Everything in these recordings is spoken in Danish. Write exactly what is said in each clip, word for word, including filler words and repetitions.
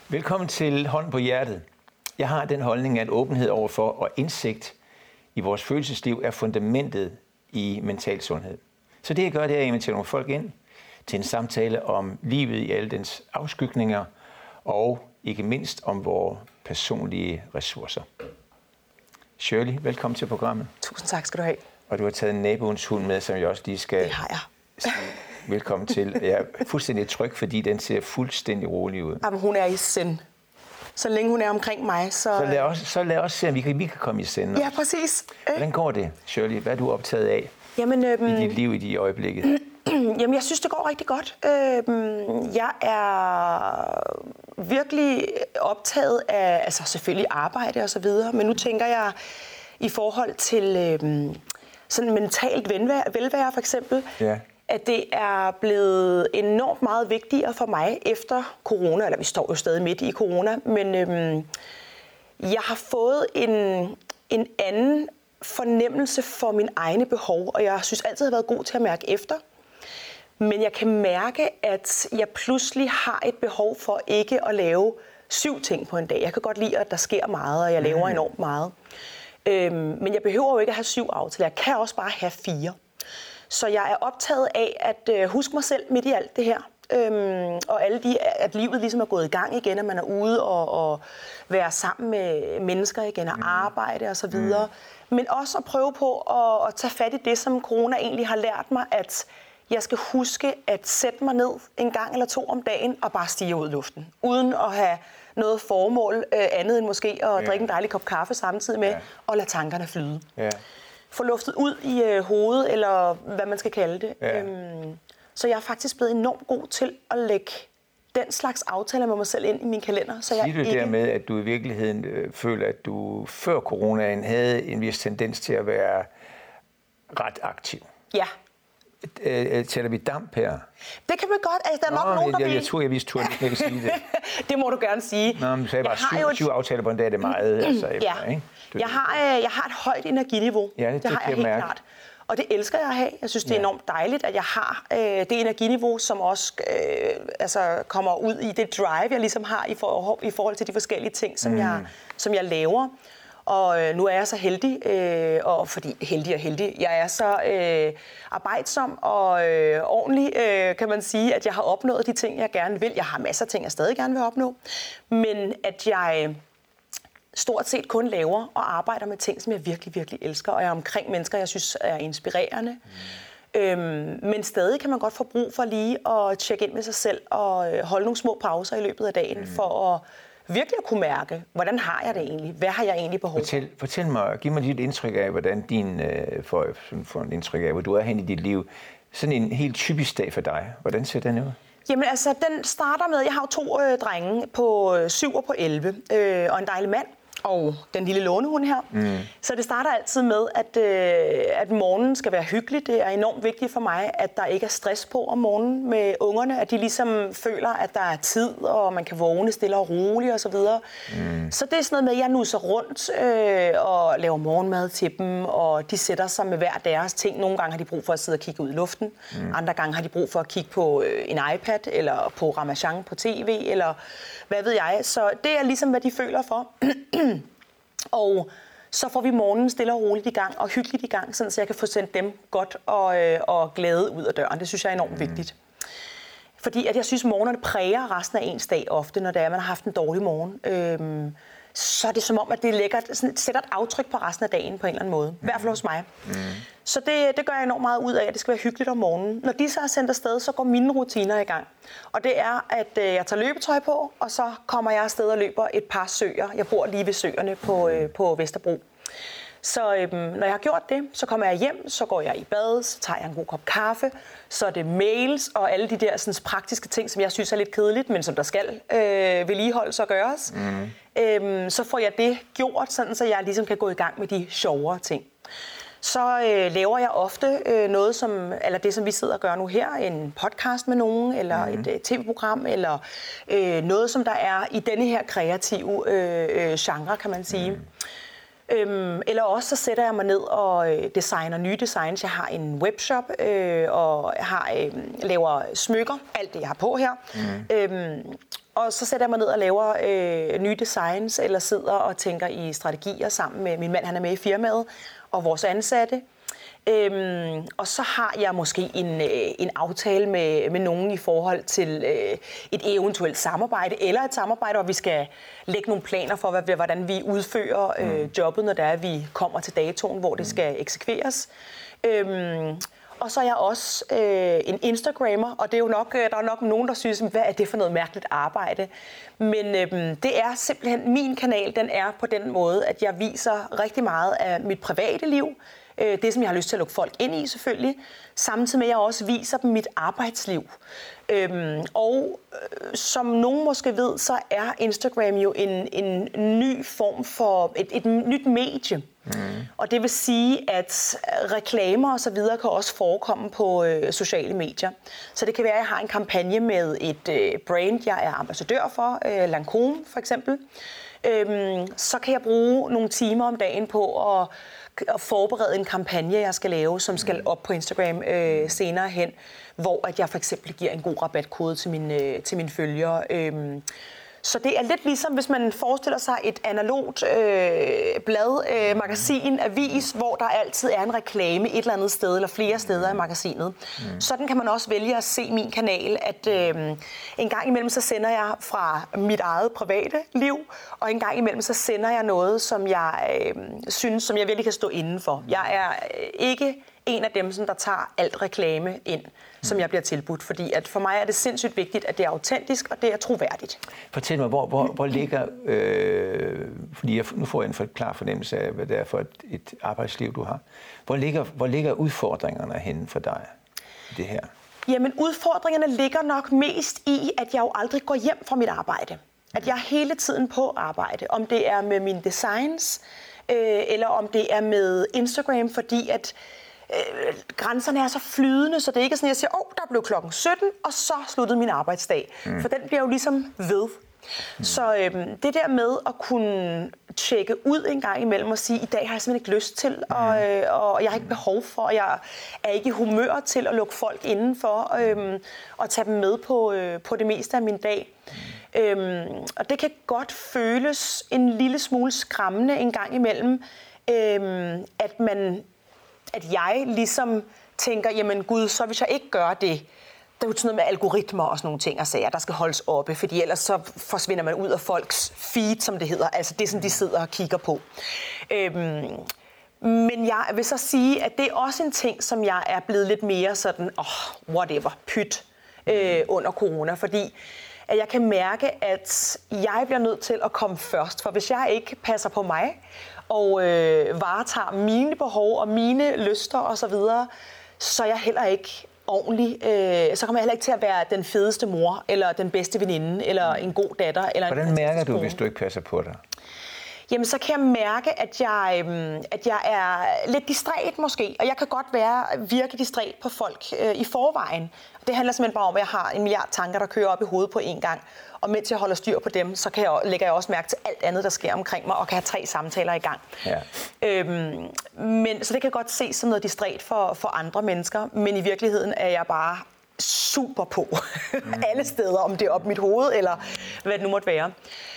Velkommen til Hånden på hjertet. Jeg har den holdning, at åbenhed overfor og indsigt i vores følelsesliv er fundamentet i mental sundhed. Så det jeg gør, det er at invitere nogle folk ind til en samtale om livet i alle dens afskygninger og ikke mindst om vores personlige ressourcer. Shirley, velkommen til programmet. Tusind tak skal du have. Og du har taget en naboens hund med, som jeg også lige skal... Det har jeg. sige velkommen til. Jeg er fuldstændig tryg, fordi den ser fuldstændig rolig ud. Jamen, hun er i send. Så længe hun er omkring mig, så... Så lad os, så lad os se, om vi kan, vi kan komme i send. Ja, præcis. Hvordan går det, Shirley? Hvad er du optaget af Jamen, øhm... i dit liv i de øjeblikket? Jamen, jeg synes, det går rigtig godt. Øhm, jeg er virkelig optaget af, altså selvfølgelig arbejde og så videre, men nu tænker jeg i forhold til øhm, sådan mentalt velvære, velvære for eksempel, ja. at det er blevet enormt meget vigtigere for mig efter corona, eller vi står jo stadig midt i corona, men øhm, jeg har fået en, en anden fornemmelse for mine egne behov, og jeg synes altid, jeg har været god til at mærke efter. Men jeg kan mærke, at jeg pludselig har et behov for ikke at lave syv ting på en dag. Jeg kan godt lide, at der sker meget, og jeg laver enormt meget. Øhm, men jeg behøver jo ikke at have syv aftaler. Jeg kan også bare have fire. Så jeg er optaget af at øh, huske mig selv midt i alt det her. Øhm, og alle de, at livet ligesom er gået i gang igen, at man er ude og, og være sammen med mennesker igen og arbejde og så videre. Mm. Men også at prøve på at, at tage fat i det, som corona egentlig har lært mig, at jeg skal huske at sætte mig ned en gang eller to om dagen og bare stige ud i luften. Uden at have noget formål øh, andet end måske at yeah. drikke en dejlig kop kaffe samtidig med, yeah. og lade tankerne flyde. Yeah. Få luftet ud i øh, hovedet, eller hvad man skal kalde det. Yeah. Øhm, så jeg er faktisk blevet enormt god til at lægge den slags aftaler med mig selv ind i min kalender. Så jeg Siger du ikke... dermed, at du i virkeligheden øh, føler, at du før coronaen havde en vis tendens til at være ret aktiv? Ja. Tæller vi damp her? Det kan man godt. Altså, der er nok Nå, nogen, der jeg, vil... jeg tror, jeg vidste, at du ikke sige det. Det må du gerne sige. Nå, men så jeg bare syv, et... syv aftaler på en dag, det er meget. Altså, ja. Ikke? Du... Jeg, har, øh, jeg har et højt energiniveau. Ja, det, det, det har jeg helt mærke. klart. Og det elsker jeg at have. Jeg synes, det er enormt dejligt, at jeg har øh, det energiniveau, som også øh, altså, kommer ud i det drive, jeg ligesom har i, for, i forhold til de forskellige ting, som, mm. jeg, som jeg laver. Og øh, nu er jeg så heldig, øh, og fordi heldig og heldig, jeg er så øh, arbejdsom og øh, ordentlig, øh, kan man sige, at jeg har opnået de ting, jeg gerne vil. Jeg har masser af ting, jeg stadig gerne vil opnå, men at jeg stort set kun laver og arbejder med ting, som jeg virkelig, virkelig elsker, og jeg er omkring mennesker, jeg synes er inspirerende. Mm. Øhm, men stadig kan man godt få brug for lige at tjekke ind med sig selv og øh, holde nogle små pauser i løbet af dagen, mm. for at virkelig at kunne mærke, hvordan har jeg det egentlig? Hvad har jeg egentlig behov for? Fortæl, fortæl mig, giv mig lidt indtryk af, hvordan din, øh, for, for en indtryk af, hvor du er hen i dit liv. Sådan en helt typisk dag for dig. Hvordan ser den ud? Jamen altså, den starter med, jeg har jo to øh, drenge på øh, syv og på elleve, øh, og en dejlig mand. Og den lille lånehund her. Mm. Så det starter altid med, at, øh, at morgenen skal være hyggelig. Det er enormt vigtigt for mig, at der ikke er stress på om morgenen med ungerne. At de ligesom føler, at der er tid, og man kan vågne stille og roligt osv. Så, mm. så det er sådan noget med, at jeg nusser rundt øh, og laver morgenmad til dem. Og de sætter sig med hver deres ting. Nogle gange har de brug for at sidde og kigge ud i luften. Mm. Andre gange har de brug for at kigge på øh, en iPad, eller på Ramachan på tv, eller hvad ved jeg. Så det er ligesom, hvad de føler for. Og så får vi morgenen stille og roligt i gang og hyggeligt i gang, sådan så jeg kan få sendt dem godt og, øh, og glæde ud af døren. Det synes jeg er enormt mm. vigtigt. Fordi at jeg synes, at morgenerne præger resten af ens dag ofte, når det er, man har haft en dårlig morgen. Øhm, så er det som om, at det lægger, sådan, sætter et aftryk på resten af dagen på en eller anden måde. I hvert fald hos mig. Mm. Så det, det gør jeg enormt meget ud af, at det skal være hyggeligt om morgenen. Når de så er sendt afsted, så går mine rutiner i gang. Og det er, at øh, jeg tager løbetøj på, og så kommer jeg afsted og løber et par søer. Jeg bor lige ved søerne på, øh, på Vesterbro. Så øhm, når jeg har gjort det, så kommer jeg hjem, så går jeg i bad, så tager jeg en god kop kaffe, så er det mails og alle de der sådan, praktiske ting, som jeg synes er lidt kedeligt, men som der skal øh, vedligeholdes og gøres. Mm. Øhm, så får jeg det gjort, sådan, så jeg ligesom kan gå i gang med de sjovere ting. Så øh, laver jeg ofte øh, noget, som, eller det, som vi sidder og gør nu her, en podcast med nogen, eller mm. et øh, tv-program, eller øh, noget, som der er i denne her kreative øh, øh, genre, kan man sige. Mm. Øhm, eller også så sætter jeg mig ned og øh, designer nye designs. Jeg har en webshop øh, og har, øh, laver smykker, alt det jeg har på her. Mm. Øhm, og så sætter jeg mig ned og laver øh, nye designs, eller sidder og tænker i strategier sammen med min mand, han er med i firmaet, og vores ansatte. Øhm, og så har jeg måske en, øh, en aftale med, med nogen i forhold til øh, et eventuelt samarbejde, eller et samarbejde, hvor vi skal lægge nogle planer for, hvad, hvordan vi udfører øh, jobbet, når det er, at vi kommer til datoen, hvor det skal eksekveres. Øhm, og så er jeg også øh, en Instagrammer, og det er jo nok, der er nok nogen, der synes, hvad er det for noget mærkeligt arbejde. Men øh, det er simpelthen, min kanal, den er på den måde, at jeg viser rigtig meget af mit private liv, det, som jeg har lyst til at lukke folk ind i, selvfølgelig. Samtidig med, at jeg også viser dem mit arbejdsliv. Øhm, og øh, som nogen måske ved, så er Instagram jo en, en ny form for et, et nyt medie. Mm. Og det vil sige, at reklamer og så videre kan også forekomme på øh, sociale medier. Så det kan være, at jeg har en kampagne med et øh, brand, jeg er ambassadør for, øh, Lancôme for eksempel. Øhm, så kan jeg bruge nogle timer om dagen på at at forberede en kampagne, jeg skal lave, som skal op på Instagram øh, senere hen, hvor at jeg for eksempel giver en god rabatkode til mine, øh, til mine følgere. Øhm, så det er lidt ligesom, hvis man forestiller sig et analogt øh, blad, øh, magasin, avis, hvor der altid er en reklame et eller andet sted, eller flere steder i magasinet. Mm. Sådan kan man også vælge at se min kanal, at øh, en gang imellem så sender jeg fra mit eget private liv, og en gang imellem så sender jeg noget, som jeg øh, synes, som jeg virkelig kan stå inden for. Jeg er øh, ikke en af dem, som der tager alt reklame ind, som jeg bliver tilbudt. Fordi at for mig er det sindssygt vigtigt, at det er autentisk, og det er troværdigt. Fortæl mig, hvor, hvor, hvor ligger, øh, fordi jeg, nu får jeg en for, klar fornemmelse af, hvad det er for et, et arbejdsliv, du har. Hvor ligger, hvor ligger udfordringerne henne for dig, det her? Jamen, udfordringerne ligger nok mest i, at jeg jo aldrig går hjem fra mit arbejde. At jeg er hele tiden på arbejde. Om det er med mine designs, øh, eller om det er med Instagram, fordi at Øh, grænserne er så flydende, så det er ikke sådan, at jeg siger, åh, oh, der blev klokken sytten, og så sluttede min arbejdsdag. Mm. For den bliver jo ligesom ved. Mm. Så øh, det der med at kunne tjekke ud en gang imellem og sige, i dag har jeg simpelthen ikke lyst til, mm. og, øh, og jeg har ikke behov for, og jeg er ikke i humør til at lukke folk indenfor, øh, og tage dem med på, øh, på det meste af min dag. Mm. Øh, og det kan godt føles en lille smule skræmmende en gang imellem, øh, at man at jeg ligesom tænker, jamen gud, så hvis jeg ikke gør det, der er jo sådan noget med algoritmer og sådan nogle ting og sager, der skal holdes oppe, fordi ellers så forsvinder man ud af folks feed, som det hedder, altså det, som de sidder og kigger på. Øhm, men jeg vil så sige, at det er også en ting, som jeg er blevet lidt mere sådan, åh, oh, whatever, pyt, øh, under corona, fordi at jeg kan mærke, at jeg bliver nødt til at komme først, for hvis jeg ikke passer på mig, og øh, varetager mine behov og mine lyster og så videre, så er jeg heller ikke ordentlig. Øh, så kommer jeg heller ikke til at være den fedeste mor, eller den bedste veninde, eller en god datter. Eller Hvordan en mærker du, kone. Hvis du ikke passer på dig? Jamen, så kan jeg mærke, at jeg, øh, at jeg er lidt distræt måske, og jeg kan godt være virke distræt på folk øh, i forvejen. Det handler simpelthen bare om, at jeg har en milliard tanker, der kører op i hovedet på én gang. Og mens jeg holder styr på dem, så kan jeg, lægger jeg også mærke til alt andet, der sker omkring mig, og kan have tre samtaler i gang. Ja. Øhm, men, så det kan godt ses som noget distræt for, for andre mennesker, men i virkeligheden er jeg bare super på mm. alle steder, om det er op mit hoved, eller hvad det nu måtte være.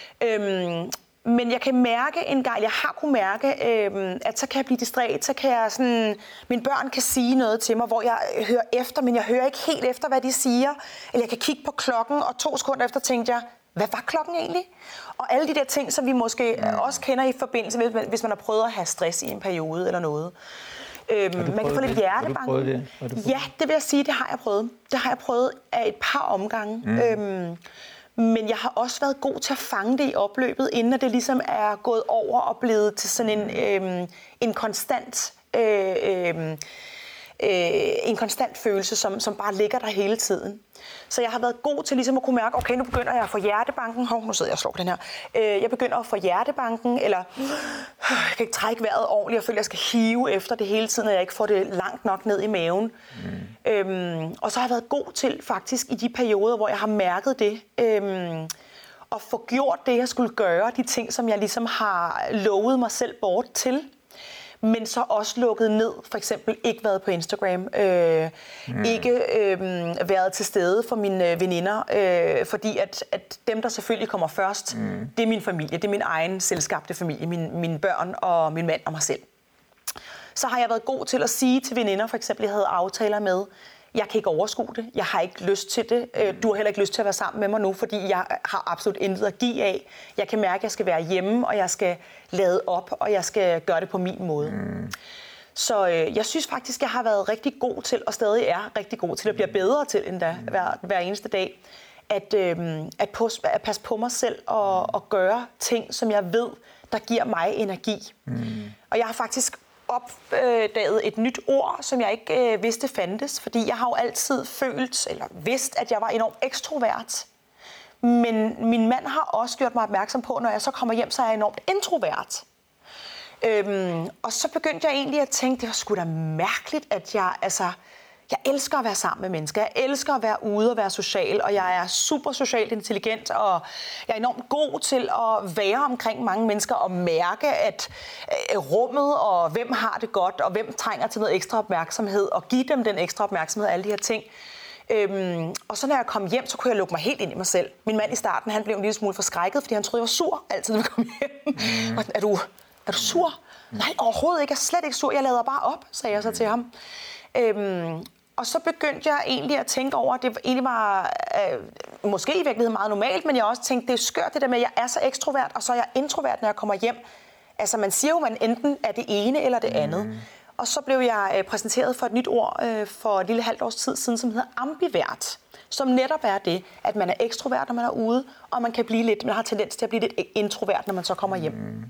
Øhm, Men jeg kan mærke en gang, jeg har kunnet mærke, øh, at så kan jeg blive distræt, så kan jeg sådan, mine børn kan sige noget til mig, hvor jeg hører efter, men jeg hører ikke helt efter, hvad de siger. Eller jeg kan kigge på klokken, og to sekunder efter tænkte jeg, hvad var klokken egentlig? Og alle de der ting, som vi måske ja. også kender i forbindelse med, hvis man har prøvet at have stress i en periode eller noget. Øhm, man kan få lidt hjertebanken. Det? Det? Ja, det vil jeg sige, det har jeg prøvet. Det har jeg prøvet af et par omgange. Mm. Øhm, Men jeg har også været god til at fange det i opløbet, inden det ligesom er gået over og blevet til sådan en, øh, en konstant øh, øh, en konstant følelse, som, som bare ligger der hele tiden. Så jeg har været god til ligesom at kunne mærke, okay, nu begynder jeg at få hjertebanken. Hov, nu sidder jeg og slår den her. Øh, jeg begynder at få hjertebanken, eller jeg kan ikke trække vejret ordentligt. Jeg føler, at jeg skal hive efter det hele tiden, og jeg ikke får det langt nok ned i maven. Mm. Øhm, og så har jeg været god til faktisk i de perioder, hvor jeg har mærket det, øhm, at få gjort det, jeg skulle gøre, de ting, som jeg ligesom har lovet mig selv bort til. men så også lukket ned, for eksempel ikke været på Instagram, øh, mm. ikke øh, været til stede for mine veninder, øh, fordi at, at dem, der selvfølgelig kommer først, mm. det er min familie, det er min egen selvskabte familie, mine, mine børn og min mand og mig selv. Så har jeg været god til at sige til veninder, for eksempel, jeg havde aftaler med, jeg kan ikke overskue det, jeg har ikke lyst til det, du har heller ikke lyst til at være sammen med mig nu, fordi jeg har absolut intet at give af. Jeg kan mærke, at jeg skal være hjemme, og jeg skal lade op, og jeg skal gøre det på min måde. Mm. Så øh, jeg synes faktisk, jeg har været rigtig god til, og stadig er rigtig god til, at blive bedre til endda hver, hver eneste dag, at, øh, at, pos, at passe på mig selv og, og gøre ting, som jeg ved, der giver mig energi. Mm. Og jeg har faktisk opdaget et nyt ord, som jeg ikke øh, vidste fandtes, fordi jeg har jo altid følt, eller vidst, at jeg var enormt ekstrovert. Men min mand har også gjort mig opmærksom på, når jeg så kommer hjem, så er jeg enormt introvert. Øhm, og så begyndte jeg egentlig at tænke, det var sgu da mærkeligt, at jeg, altså, jeg elsker at være sammen med mennesker. Jeg elsker at være ude og være social, og jeg er super socialt intelligent, og jeg er enormt god til at være omkring mange mennesker og mærke, at øh, rummet og hvem har det godt, og hvem trænger til noget ekstra opmærksomhed, og give dem den ekstra opmærksomhed, alle de her ting. Øhm, og så når jeg kom hjem, så kunne jeg lukke mig helt ind i mig selv. Min mand i starten, han blev en lille smule forskrækket, fordi han troede, jeg var sur altid, når vi kom hjem. Mm. Og, er du, er du sur? Mm. Nej, overhovedet ikke. Jeg er slet ikke sur. Jeg lader bare op, sagde jeg så til ham. Øhm, og så begyndte jeg egentlig at tænke over, at det egentlig var øh, måske i virkeligheden meget normalt, men jeg også tænkte, det er skørt det der med, at jeg er så ekstrovert, og så er jeg introvert, når jeg kommer hjem. Altså man siger jo, at man enten er det ene eller det andet. Mm. Og så blev jeg øh, præsenteret for et nyt ord øh, for et lille halvt års tid siden, som hedder ambivert. Som netop er det, at man er ekstrovert, når man er ude, og man kan blive lidt, man har tendens til at blive lidt introvert, når man så kommer hjem. Mm.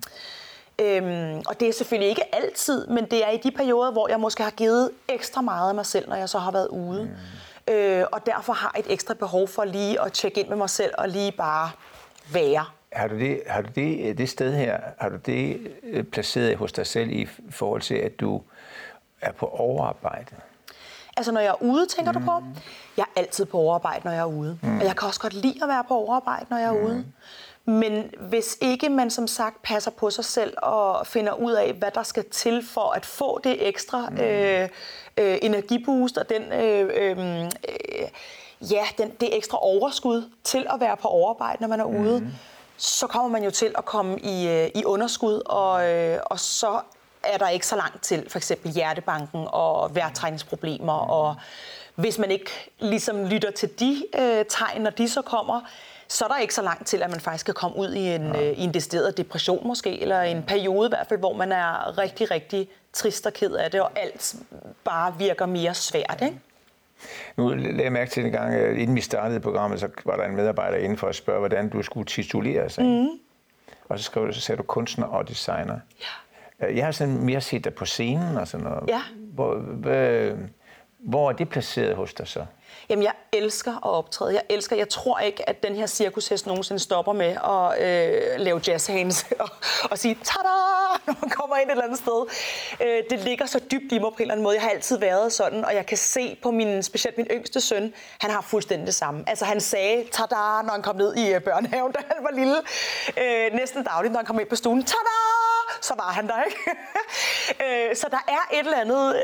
Øhm, og det er selvfølgelig ikke altid, men det er i de perioder, hvor jeg måske har givet ekstra meget af mig selv, når jeg så har været ude. Mm. Øh, og derfor har et ekstra behov for lige at tjekke ind med mig selv og lige bare være. Har du det, har du det, det sted her, har du det placeret hos dig selv i forhold til, at du er på overarbejde? Altså, når jeg er ude, tænker mm. du på? Jeg er altid på overarbejde, når jeg er ude. Mm. Og jeg kan også godt lide at være på overarbejde, når jeg er mm. ude. Men hvis ikke man som sagt passer på sig selv og finder ud af, hvad der skal til for at få det ekstra mm. øh, øh, energiboost og den, øh, øh, øh, ja, den, det ekstra overskud til at være på overarbejde, når man er mm. ude, så kommer man jo til at komme i, øh, i underskud, og, øh, og så er der ikke så langt til for eksempel hjertebanken og vejrtrækningsproblemer. Mm. Og hvis man ikke ligesom lytter til de øh, tegn, når de så kommer, så er der ikke så langt til, at man faktisk kan komme ud i en, ja. øh, i en decideret depression måske, eller en periode i hvert fald, hvor man er rigtig, rigtig trist og ked af det, og alt bare virker mere svært, ikke? Nu lagde jeg mærke til en gang, inden vi startede programmet, så var der en medarbejder inde for at spørge, hvordan du skulle titulere sig. Mm. Og så skrev du, så sagde du kunstner og designer. Ja. Jeg har sådan mere set dig på scenen og sådan noget. Ja. Hvor, hvor, hvor er det placeret hos dig så? Jamen, jeg elsker at optræde. Jeg elsker, jeg tror ikke, at den her cirkushest nogensinde stopper med at øh, lave jazzhands og, og sige tada, når man kommer ind et eller andet sted. Øh, det ligger så dybt i mig på en eller anden måde. Jeg har altid været sådan, og jeg kan se på min, specielt min yngste søn, han har fuldstændig det samme. Altså, han sagde tada, når han kom ned i børnehaven, da han var lille. Øh, næsten dagligt, når han kom ind på stuen. Tada! Så var han der, ikke? øh, så der er et eller andet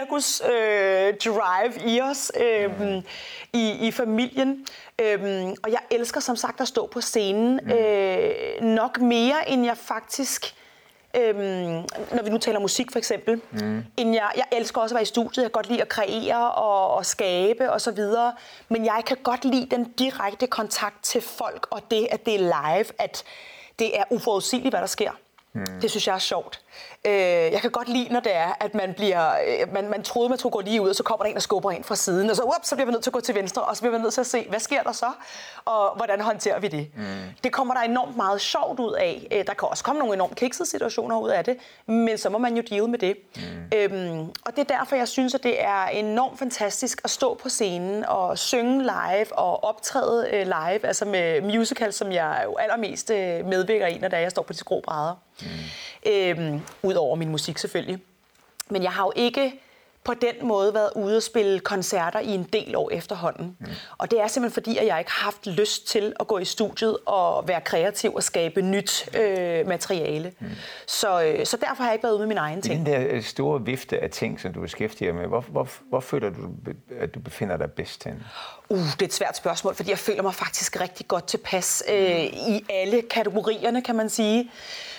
cirkus-drive øh, i os. Øh, I, i familien. Øhm, og jeg elsker som sagt at stå på scenen mm. øh, nok mere, end jeg faktisk, øhm, når vi nu taler musik for eksempel, mm. end jeg, jeg elsker også at være i studiet, jeg kan godt lide at kreere og, og skabe og så videre, men jeg kan godt lide den direkte kontakt til folk, og det, at det er live, at det er uforudsigeligt, hvad der sker. Mm. Det synes jeg er sjovt. Øh, jeg kan godt lide, når det er, at man bliver, man, man troede, man skulle gå lige ud, og så kommer der en og skubber ind fra siden, og så, up, så bliver man nødt til at gå til venstre, og så bliver man nødt til at se, hvad sker der så, og hvordan håndterer vi det. Mm. Det kommer der enormt meget sjovt ud af. Der kan også komme nogle enormt kiksede situationer ud af det, men så må man jo deal med det. Mm. Øhm, og det er derfor, jeg synes, at det er enormt fantastisk at stå på scenen og synge live og optræde øh, live, altså med musical, som jeg jo allermest øh, medvirker i, når jeg står på de skrå brædder. Mm. Øhm, Udover min musik selvfølgelig. Men jeg har jo ikke på den måde været ude og spille koncerter i en del år efterhånden. Mm. Og det er simpelthen fordi, at jeg ikke har haft lyst til at gå i studiet og være kreativ og skabe nyt øh, materiale. Mm. Så, øh, så derfor har jeg ikke været ude med min egen ting. I den der store vifte af ting, som du beskæftiger med, hvor, hvor, hvor føler du, at du befinder dig bedst hen? Uh, det er et svært spørgsmål, fordi jeg føler mig faktisk rigtig godt tilpas øh, i alle kategorierne, kan man sige.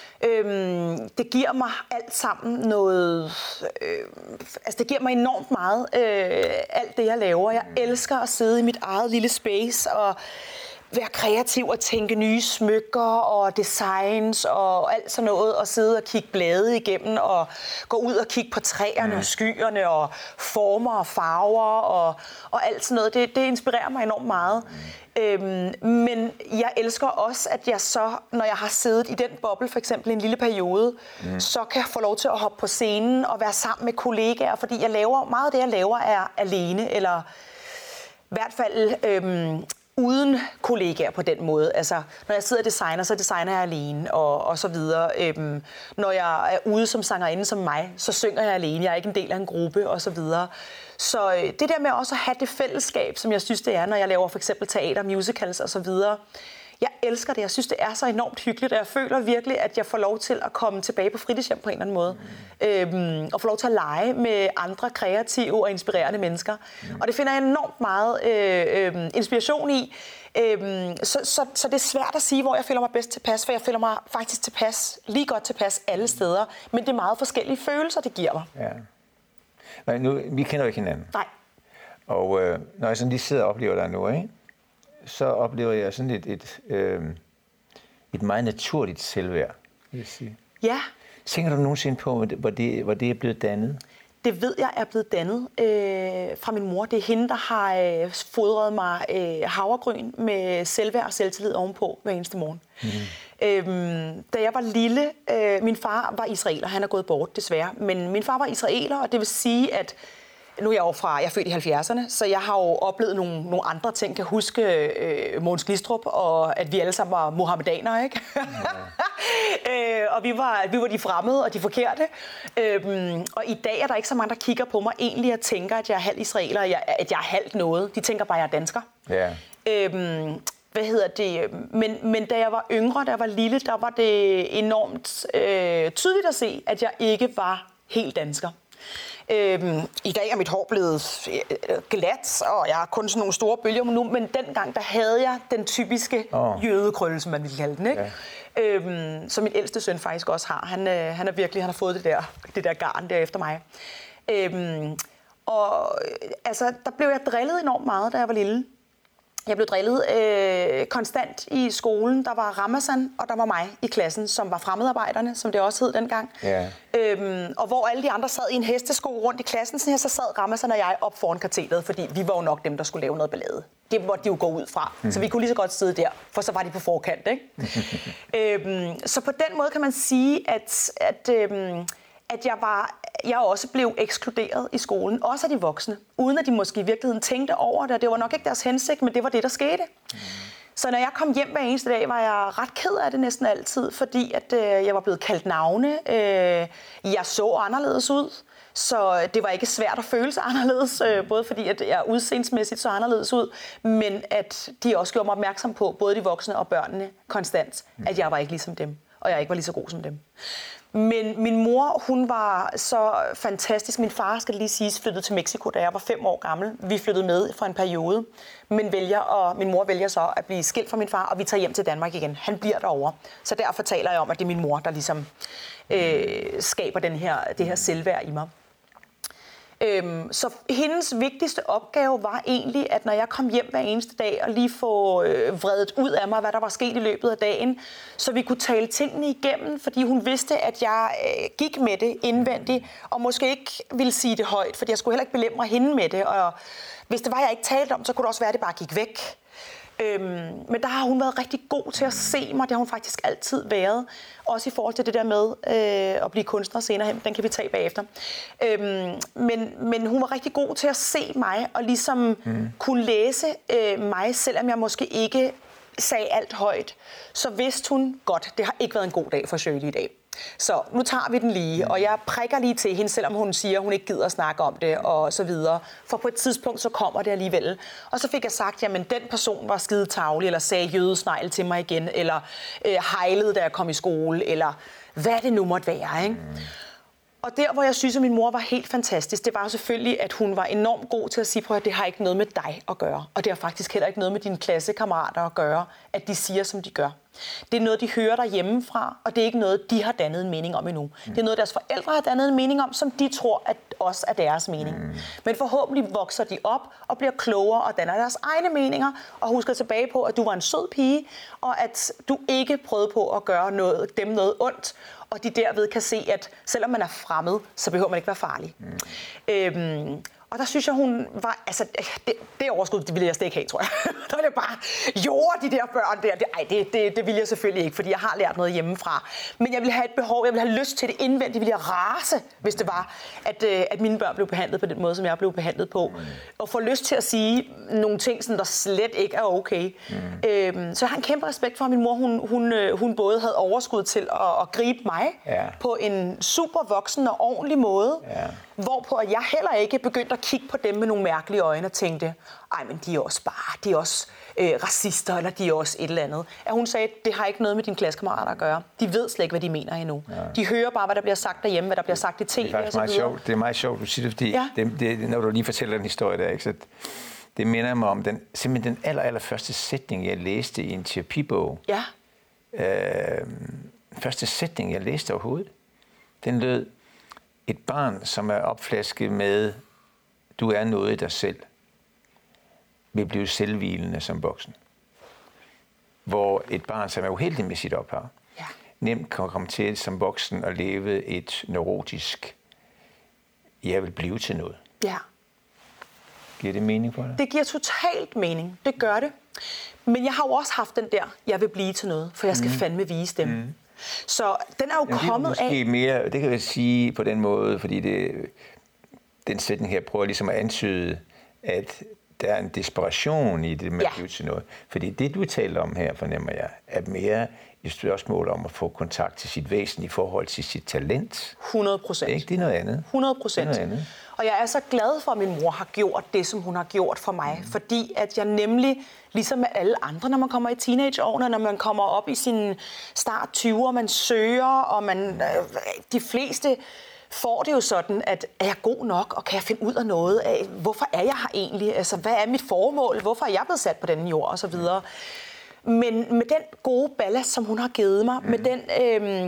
Øhm, det giver mig alt sammen noget, øh, altså det giver mig enormt meget, øh, alt det jeg laver. Jeg elsker at sidde i mit eget lille space og være kreativ og tænke nye smykker og designs og alt sådan noget, og sidde og kigge blade igennem og gå ud og kigge på træerne og skyerne og former og farver og, og alt sådan noget. Det, det inspirerer mig enormt meget. Øhm, men jeg elsker også, at jeg så, når jeg har siddet i den boble, for eksempel en lille periode, mm. så kan jeg få lov til at hoppe på scenen og være sammen med kollegaer, fordi jeg laver, meget af det, jeg laver, er alene, eller i hvert fald øhm, uden kollegaer på den måde. Altså, når jeg sidder og designer, så designer jeg alene, og, og så videre. Øhm, når jeg er ude som sangerinde som mig, så synger jeg alene. Jeg er ikke en del af en gruppe, og så videre. Så øh, det der med også at have det fællesskab, som jeg synes, det er, når jeg laver for eksempel teater, musicals og så videre. Jeg elsker det. Jeg synes, det er så enormt hyggeligt, og jeg føler virkelig, at jeg får lov til at komme tilbage på fritidshjem på en eller anden måde. Mm. Øhm, og få lov til at lege med andre kreative og inspirerende mennesker. Mm. Og det finder jeg enormt meget øh, øh, inspiration i. Øhm, så, så, så det er svært at sige, hvor jeg føler mig bedst tilpas, for jeg føler mig faktisk tilpas, lige godt tilpas alle steder. Men det er meget forskellige følelser, det giver mig. Ja. Nej, nu, vi kender jo ikke hinanden. Nej. Og øh, når jeg sådan lige sidder og oplever dig nu, ikke, så oplever jeg sådan et, et, øh, et meget naturligt selvværd, vil jeg sige. Ja. Tænker du nogensinde på, hvor det, hvor det er blevet dannet? Det ved jeg er blevet dannet øh, fra min mor. Det er hende, der har øh, fodret mig øh, havregryn med selvværd og selvtillid ovenpå hver eneste morgen. Mm. Øhm, da jeg var lille, øh, min far var israeler, han er gået bort desværre, men min far var israeler, og det vil sige, at nu er jeg jo fra, jeg er født i halvfjerdserne, så jeg har jo oplevet nogle, nogle andre ting. Jeg kan huske øh, Mogens Glistrup, og at vi alle sammen var muhammedanere, ikke? Ja. øh, og vi var, vi var de fremmede og de forkerte. Øhm, og i dag er der ikke så mange, der kigger på mig egentlig og tænker, at jeg er halv israeler, at jeg, at jeg er halvt noget. De tænker bare, at jeg er dansker. Ja. Øhm, hvad hedder det? Men, men da jeg var yngre, da jeg var lille, der var det enormt øh, tydeligt at se, at jeg ikke var helt dansker. Øhm, I dag er mit hår blevet glat, og jeg har kun sådan nogle store bølger nu, men dengang der havde jeg den typiske oh. jødekrølle, som man ville kalde den, ikke? Ja. Øhm, som min ældste søn faktisk også har. Han, øh, han er virkelig, han har fået det der, det der garn der efter mig. Øhm, og altså, der blev jeg drillet enormt meget, da jeg var lille. Jeg blev drillet øh, konstant i skolen. Der var Ramazan, og der var mig i klassen, som var fremmedarbejderne, som det også hed dengang. Yeah. Øhm, og hvor alle de andre sad i en hestesko rundt i klassen, så, her, så sad Ramazan og jeg op foran katedret, fordi vi var jo nok dem, der skulle lave noget ballade. Det måtte de jo gå ud fra. Mm. Så vi kunne lige så godt sidde der, for så var de på forkant, ikke? øhm, så på den måde kan man sige, at, at, øhm, at jeg var... Jeg også blev ekskluderet i skolen, også af de voksne, uden at de måske i virkeligheden tænkte over det. Det var nok ikke deres hensigt, men det var det, der skete. Mm. Så når jeg kom hjem hver eneste dag, var jeg ret ked af det næsten altid, fordi at, øh, jeg var blevet kaldt navne. Øh, jeg så anderledes ud, så det var ikke svært at føle sig anderledes, øh, både fordi at jeg udseendsmæssigt så anderledes ud, men at de også gjorde mig opmærksom på, både de voksne og børnene konstant, at jeg var ikke ligesom dem, og jeg ikke var lige så god som dem. Men min mor, hun var så fantastisk. Min far, skal lige siges, flyttede til Mexico, da jeg var fem år gammel. Vi flyttede med for en periode, men vælger, og min mor vælger så at blive skilt fra min far, og vi tager hjem til Danmark igen. Han bliver derovre. Så derfor taler jeg om, at det er min mor, der ligesom øh, skaber den her, det her selvværd i mig. Øhm, så hendes vigtigste opgave var egentlig, at når jeg kom hjem hver eneste dag og lige få øh, vredet ud af mig, hvad der var sket i løbet af dagen, så vi kunne tale tingene igennem, fordi hun vidste, at jeg øh, gik med det indvendigt, og måske ikke ville sige det højt, fordi jeg skulle heller ikke belemre hende med det, og hvis det var, jeg ikke talte om, så kunne det også være, at det bare gik væk. Øhm, men der har hun været rigtig god til at se mig, det har hun faktisk altid været. Også i forhold til det der med øh, at blive kunstner senere hen, den kan vi tage bagefter. Øhm, men, men hun var rigtig god til at se mig og ligesom mm. kunne læse øh, mig, selvom jeg måske ikke sagde alt højt. Så vidste hun godt, det har ikke været en god dag for Shirley i dag. Så nu tager vi den lige, og jeg prikker lige til hende, selvom hun siger, at hun ikke gider at snakke om det, og så videre. For på et tidspunkt, så kommer det alligevel. Og så fik jeg sagt, jamen den person var skide tavlig, eller sagde jødesnegl til mig igen, eller øh, hejlede, da jeg kom i skole, eller hvad det nu måtte være, ikke? Og der, hvor jeg synes, at min mor var helt fantastisk, det var jo selvfølgelig, at hun var enormt god til at sige, at det har ikke noget med dig at gøre. Og det har faktisk heller ikke noget med dine klassekammerater at gøre, at de siger, som de gør. Det er noget, de hører derhjemmefra, og det er ikke noget, de har dannet en mening om endnu. Det er noget, deres forældre har dannet en mening om, som de tror, at også er deres mening. Men forhåbentlig vokser de op og bliver klogere og danner deres egne meninger, og husker tilbage på, at du var en sød pige, og at du ikke prøvede på at gøre noget, dem noget ondt, og de derved kan se, at selvom man er fremmed, så behøver man ikke være farlig. Mm. Øhm, og der synes jeg, hun var... Altså, det, det overskud, det ville jeg slet ikke have, tror jeg. Der ville jeg bare jorde de der børn der. Det, ej, det, det, det ville jeg selvfølgelig ikke, fordi jeg har lært noget hjemmefra. Men jeg ville have et behov, jeg ville have lyst til det indvendigt. Ville jeg rase, hvis det var, at, at mine børn blev behandlet på den måde, som jeg blev behandlet på. Mm. Og få lyst til at sige nogle ting, som der slet ikke er okay. Mm. Øhm, så jeg har en kæmpe respekt for, at min mor, hun, hun, hun både havde overskud til at, at gribe mig ja. på en super voksen og ordentlig måde. Ja. Hvorpå jeg heller ikke begyndte at kigge på dem med nogle mærkelige øjne og tænkte, ej, men de er også bare, de er også øh, racister, eller de er også et eller andet. At hun sagde, det har ikke noget med dine klassekammerater at gøre. De ved slet ikke, hvad de mener endnu. Ja. De hører bare, hvad der bliver sagt derhjemme, hvad der bliver sagt i tv. Det er faktisk meget sjovt. Det er meget sjovt, du siger det, fordi ja. det, det, når du lige fortæller den historie der, ikke, så det minder mig om den, simpelthen den aller, aller første sætning, jeg læste i en terapibog. Ja. Øh, første sætning, jeg læste overhovedet, den lød, et barn, som er opflasket med, du er noget i dig selv, vil blive selvhvilende som voksen. Hvor et barn, som er uheldig med sit ophav, ja. nemt kan komme til som voksen at leve et neurotisk, jeg vil blive til noget. Ja. Giver det mening for dig? Det giver totalt mening. Det gør det. Men jeg har jo også haft den der, jeg vil blive til noget, for jeg skal mm. fandme vise dem. Mm. Så den er jo Jamen, kommet det er måske af... Mere, det kan jeg sige på den måde, fordi det, den sætning her prøver ligesom at antyde, at der er en desperation i det med ja. at blive til noget. Fordi det, du taler om her, fornemmer jeg, er mere et spørgsmål om at få kontakt til sit væsen i forhold til sit talent. hundrede procent. Ikke? Det er noget andet. hundrede procent. Og jeg er så glad for, at min mor har gjort det, som hun har gjort for mig. Mm. Fordi at jeg nemlig, ligesom med alle andre, når man kommer i teenageårene, når man kommer op i sin start tyverne, man søger, og man, de fleste får det jo sådan, at er jeg god nok, og kan jeg finde ud af noget af, hvorfor er jeg her egentlig? Altså, hvad er mit formål? Hvorfor er jeg blevet sat på denne jord? Og så videre. Men med den gode ballast, som hun har givet mig, mm. med den, øh,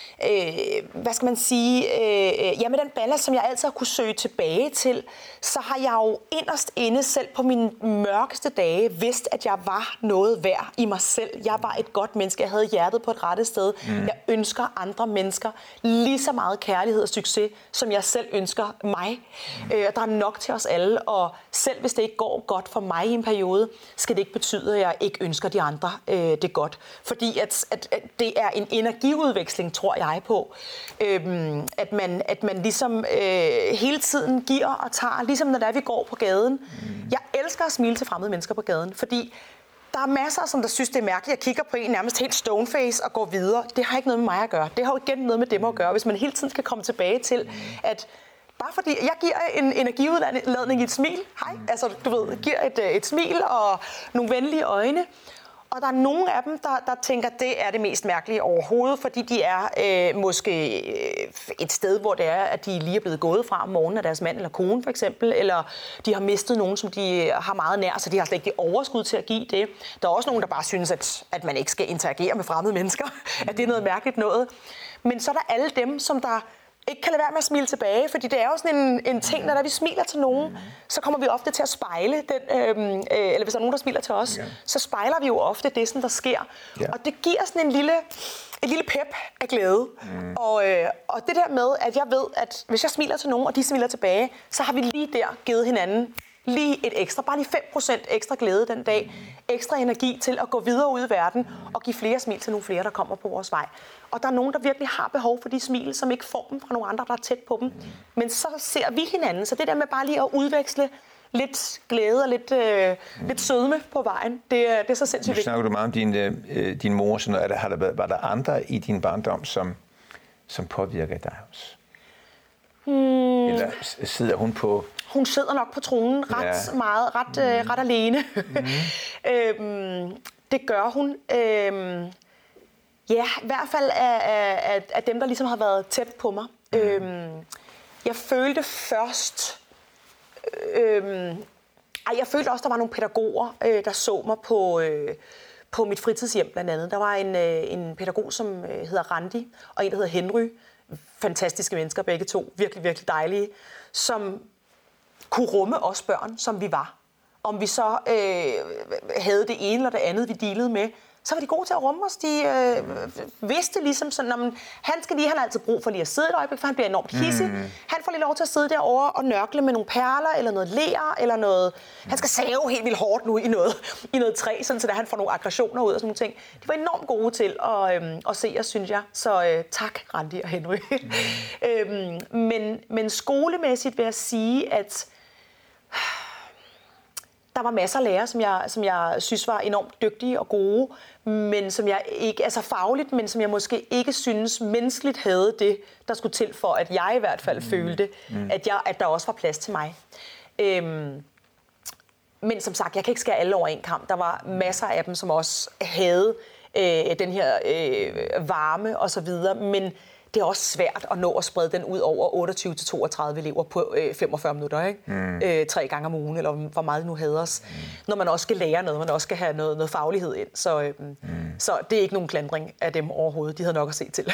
øh, hvad skal man sige, øh, ja, med den ballast, som jeg altid har kunne søge tilbage til, så har jeg jo inderst inde selv på mine mørkeste dage vidst, at jeg var noget værd i mig selv. Jeg var et godt menneske. Jeg havde hjertet på et rette sted. Mm. Jeg ønsker andre mennesker lige så meget kærlighed og succes, som jeg selv ønsker mig. Mm. Øh, der er nok til os alle, og selv hvis det ikke går godt for mig i en periode, skal det ikke betyde, at jeg ikke ønsker de andre øh, det godt. Fordi at, at, at det er en energiudveksling, tror jeg på. Øhm, at, man, at man ligesom øh, hele tiden giver og tager, ligesom når der vi går på gaden. Mm. Jeg elsker at smile til fremmede mennesker på gaden, fordi der er masser, som der synes, det er mærkeligt. Jeg kigger på en nærmest helt stoneface og går videre. Det har ikke noget med mig at gøre. Det har jo igen noget med dem at gøre. Hvis man hele tiden skal komme tilbage til, at bare fordi jeg giver en energiudladning i et smil, hej, altså du ved, giver et, et smil og nogle venlige øjne. Og der er nogle af dem, der, der tænker, at det er det mest mærkelige overhovedet, fordi de er øh, måske et sted, hvor det er, at de lige er blevet gået fra om morgenen af deres mand eller kone for eksempel, eller de har mistet nogen, som de har meget nær, så de har slet ikke det overskud til at give det. Der er også nogen, der bare synes, at, at man ikke skal interagere med fremmede mennesker, at det er noget mærkeligt noget. Men så er der alle dem, som der ikke kan lade være med at smile tilbage, fordi det er jo sådan en, en ting, når der vi smiler til nogen, så kommer vi ofte til at spejle den, øh, eller hvis der er nogen, der smiler til os, ja. så spejler vi jo ofte det, som der sker. Ja. Og det giver sådan en lille, et lille pep af glæde. Mm. Og, øh, og det der med, at jeg ved, at hvis jeg smiler til nogen, og de smiler tilbage, så har vi lige der givet hinanden lige et ekstra, bare lige fem procent ekstra glæde den dag, ekstra energi til at gå videre ud i verden og give flere smil til nogle flere, der kommer på vores vej. Og der er nogen, der virkelig har behov for de smil, som ikke får dem fra nogle andre, der er tæt på dem. Men så ser vi hinanden, så det der med bare lige at udveksle lidt glæde og lidt, øh, lidt sødme på vejen, det, det er så sindssygt vigtigt. Nu snakker du meget om din, øh, din mor, så er der, har der været, var der andre i din barndom, som, som påvirker dig også? Hmm. Eller sidder hun på... Hun sidder nok på tronen ret ja. meget, ret, mm. øh, ret alene. Mm. øhm, det gør hun. Øhm, ja, i hvert fald af, af, af dem, der ligesom har været tæt på mig. Mm. Øhm, jeg følte først... Øhm, ej, jeg følte også, der var nogle pædagoger, øh, der så mig på... Øh, på mit fritidshjem blandt andet. Der var en, øh, en pædagog, som øh, hedder Randi, og en, der hedder Henry. Fantastiske mennesker, begge to. Virkelig, virkelig dejlige. Som kunne rumme os børn, som vi var. Om vi så øh, havde det ene eller det andet, vi dealede med, så var de gode til at rumme os. De øh, vidste ligesom sådan, at han skal lige, han har altid brug for lige at sidde et øjeblik, for han bliver enormt hissig. Mm. Han får lige lov til at sidde derovre og nørkle med nogle perler, eller noget ler, eller noget... Mm. Han skal save helt vildt hårdt nu i noget, i noget træ, sådan, så der han får nogle aggressioner ud og sådan nogle ting. De var enormt gode til at, øh, at se os, synes jeg. Så øh, tak, Randi og Henry. Mm. øhm, men, men skolemæssigt vil jeg sige, at... Der var masser af lærere, som jeg, som jeg synes var enormt dygtige og gode, men som jeg ikke, altså fagligt, men som jeg måske ikke synes menneskeligt havde det, der skulle til for, at jeg i hvert fald mm. følte, mm. At, jeg, at der også var plads til mig. Øhm, men som sagt, jeg kan ikke skære alle over en kamp. Der var masser af dem, som også havde øh, den her øh, varme og så videre, men det er også svært at nå at sprede den ud over otteogtyve til toogtredive elever på øh, femogfyrre minutter, ikke? Mm. Øh, tre gange om ugen, eller hvor meget det nu hedder os. Mm. Når man også skal lære noget, man også skal have noget, noget faglighed ind. Så, øh, mm. så det er ikke nogen klandring af dem overhovedet. De havde nok at se til.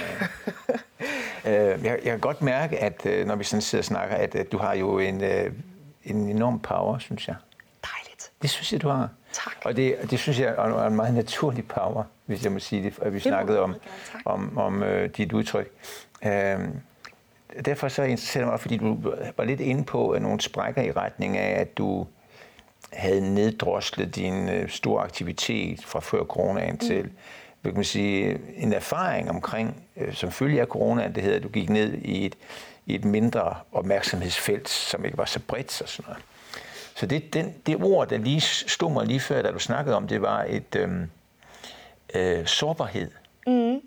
øh, jeg, jeg kan godt mærke, at når vi sådan sidder og snakker, at, at du har jo en, øh, en enorm power, synes jeg. Dejligt. Det synes jeg, du har. Tak. Og det, det synes jeg er en meget naturlig power, hvis jeg må sige det, at vi snakkede om, om, om øh, dit udtryk. Øh, derfor så interesserer det mig, fordi du var lidt inde på nogle sprækker i retning af, at du havde neddroslet din øh, store aktivitet fra før coronaen mm. til, vil man sige, en erfaring omkring, øh, som følge af coronaen, det hedder, at du gik ned i et, i et mindre opmærksomhedsfelt, som ikke var så bredt og sådan noget. Så det, den, det ord, der lige stod mig lige før, da du snakkede om, det var et øhm, øh, sårbarhed. Mm.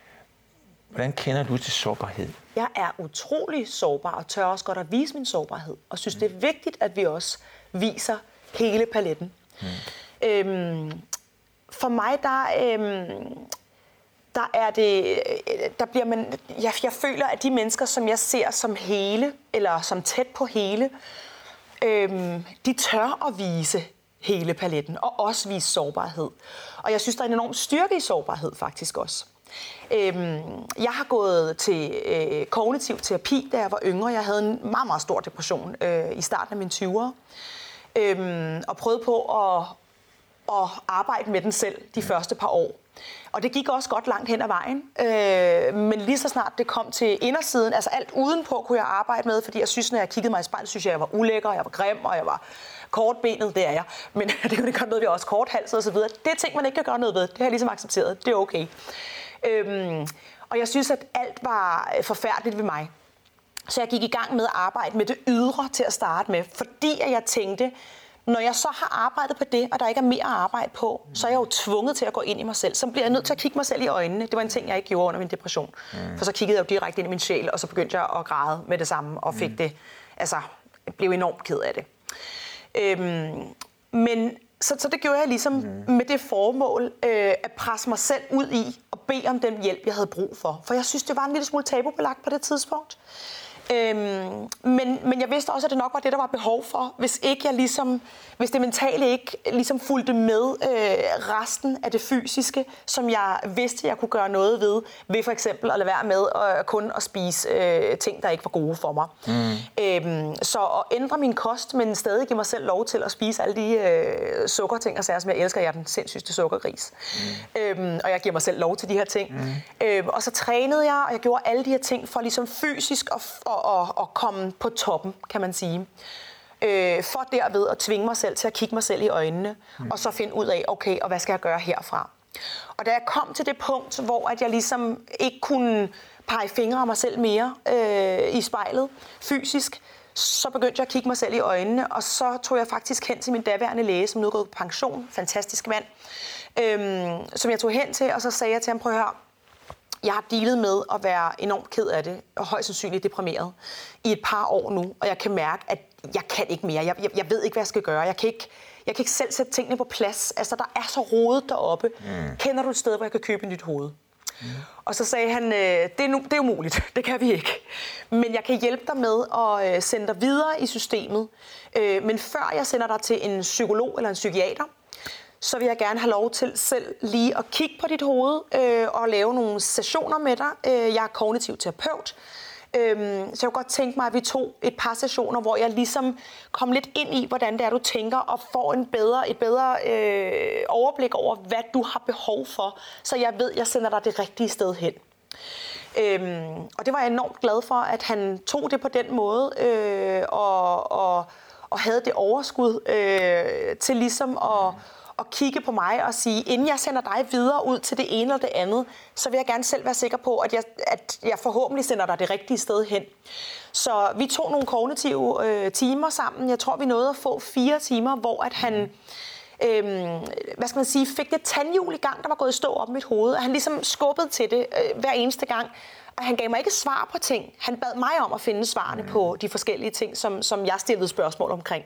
Hvordan kender du til sårbarhed? Jeg er utrolig sårbar og tør også godt at vise min sårbarhed. Og synes, mm. det er vigtigt, at vi også viser hele paletten. Mm. Øhm, for mig, der, øhm, der er det... Der bliver man, jeg, jeg føler, at de mennesker, som jeg ser som hele, eller som tæt på hele, Øhm, de tør at vise hele paletten, og også vise sårbarhed. Og jeg synes, der er en enorm styrke i sårbarhed faktisk også. Øhm, jeg har gået til øh, kognitiv terapi, da jeg var yngre. Jeg havde en meget, meget stor depression øh, i starten af mine tyvere. Øhm, og prøvede på at, at arbejde med den selv de første par år. Og det gik også godt langt hen ad vejen. Øh, men lige så snart det kom til indersiden, altså alt udenpå kunne jeg arbejde med, fordi jeg synes, når jeg kiggede mig i spejlet, synes jeg, jeg var ulækker, jeg var grim, og jeg var kortbenet, det er jeg. Men det er jo ikke noget, vi er også korthalset og så videre. Det er ting, man ikke kan gøre noget ved. Det har jeg ligesom accepteret. Det er okay. Øhm, og jeg synes, at alt var forfærdeligt ved mig. Så jeg gik i gang med at arbejde med det ydre til at starte med, fordi jeg tænkte, når jeg så har arbejdet på det, og der ikke er mere at arbejde på, så er jeg jo tvunget til at gå ind i mig selv. Så bliver jeg nødt til at kigge mig selv i øjnene. Det var en ting, jeg ikke gjorde under min depression. Mm. For så kiggede jeg jo direkte ind i min sjæl, og så begyndte jeg at græde med det samme, og fik mm. det, altså, jeg blev enormt ked af det. Øhm, men så, så det gjorde jeg ligesom mm. med det formål, øh, at presse mig selv ud i, og bede om den hjælp, jeg havde brug for. For jeg synes, det var en lille smule tabubelagt på det tidspunkt. Øhm, men, men jeg vidste også, at det nok var det, der var behov for, hvis ikke jeg ligesom, hvis det mentale ikke ligesom fulgte med øh, resten af det fysiske, som jeg vidste, jeg kunne gøre noget ved, ved for eksempel at lade være med at, kun at spise øh, ting, der ikke var gode for mig. Mm. Øhm, så at ændre min kost, men stadig give mig selv lov til at spise alle de øh, sukkerting og sager, som jeg elsker. Jeg er den sindssygste sukkergris. Mm. Øhm, og jeg giver mig selv lov til de her ting. Mm. Øhm, og så trænede jeg, og jeg gjorde alle de her ting for ligesom fysisk at og, og, og komme på toppen, kan man sige. Øh, for derved at tvinge mig selv til at kigge mig selv i øjnene, mm. og så finde ud af, okay, og hvad skal jeg gøre herfra? Og da jeg kom til det punkt, hvor at jeg ligesom ikke kunne pege fingre af mig selv mere øh, i spejlet, fysisk, så begyndte jeg at kigge mig selv i øjnene, og så tog jeg faktisk hen til min daværende læge, som nu er gået på pension, fantastisk mand, øh, som jeg tog hen til, og så sagde jeg til ham, prøv at høre, Jeg har dealet med at være enormt ked af det, og højst sandsynligt deprimeret, i et par år nu, og jeg kan mærke, at jeg kan ikke mere. Jeg, jeg, jeg ved ikke, hvad jeg skal gøre. Jeg kan ikke, jeg kan ikke selv sætte tingene på plads. Altså, der er så rodet deroppe. Mm. Kender du et sted, hvor jeg kan købe et nyt hoved? Mm. Og så sagde han, øh, det, er nu, det er umuligt, det kan vi ikke. Men jeg kan hjælpe dig med at øh, sende dig videre i systemet. Øh, men før jeg sender dig til en psykolog eller en psykiater, så vil jeg gerne have lov til selv lige at kigge på dit hoved øh, og lave nogle sessioner med dig. Øh, jeg er kognitiv terapeut, øh, så jeg kunne godt tænke mig, at vi tog et par sessioner, hvor jeg ligesom kom lidt ind i, hvordan det er, du tænker, og får en bedre, et bedre øh, overblik over, hvad du har behov for, så jeg ved, at jeg sender dig det rigtige sted hen. Øhm, og det var jeg enormt glad for, at han tog det på den måde, øh, og, og, og havde det overskud øh, til ligesom at og kigge på mig og sige, inden jeg sender dig videre ud til det ene eller det andet, så vil jeg gerne selv være sikker på, at jeg, at jeg forhåbentlig sender dig det rigtige sted hen. Så vi tog nogle kognitive øh, timer sammen. Jeg tror, vi nåede at få fire timer, hvor at han øh, hvad skal man sige, fik det tandhjul i gang, der var gået i stå op i mit hoved. Og han ligesom skubbede til det øh, hver eneste gang. Og han gav mig ikke svar på ting. Han bad mig om at finde svarene mm. på de forskellige ting, som, som jeg stillede spørgsmål omkring.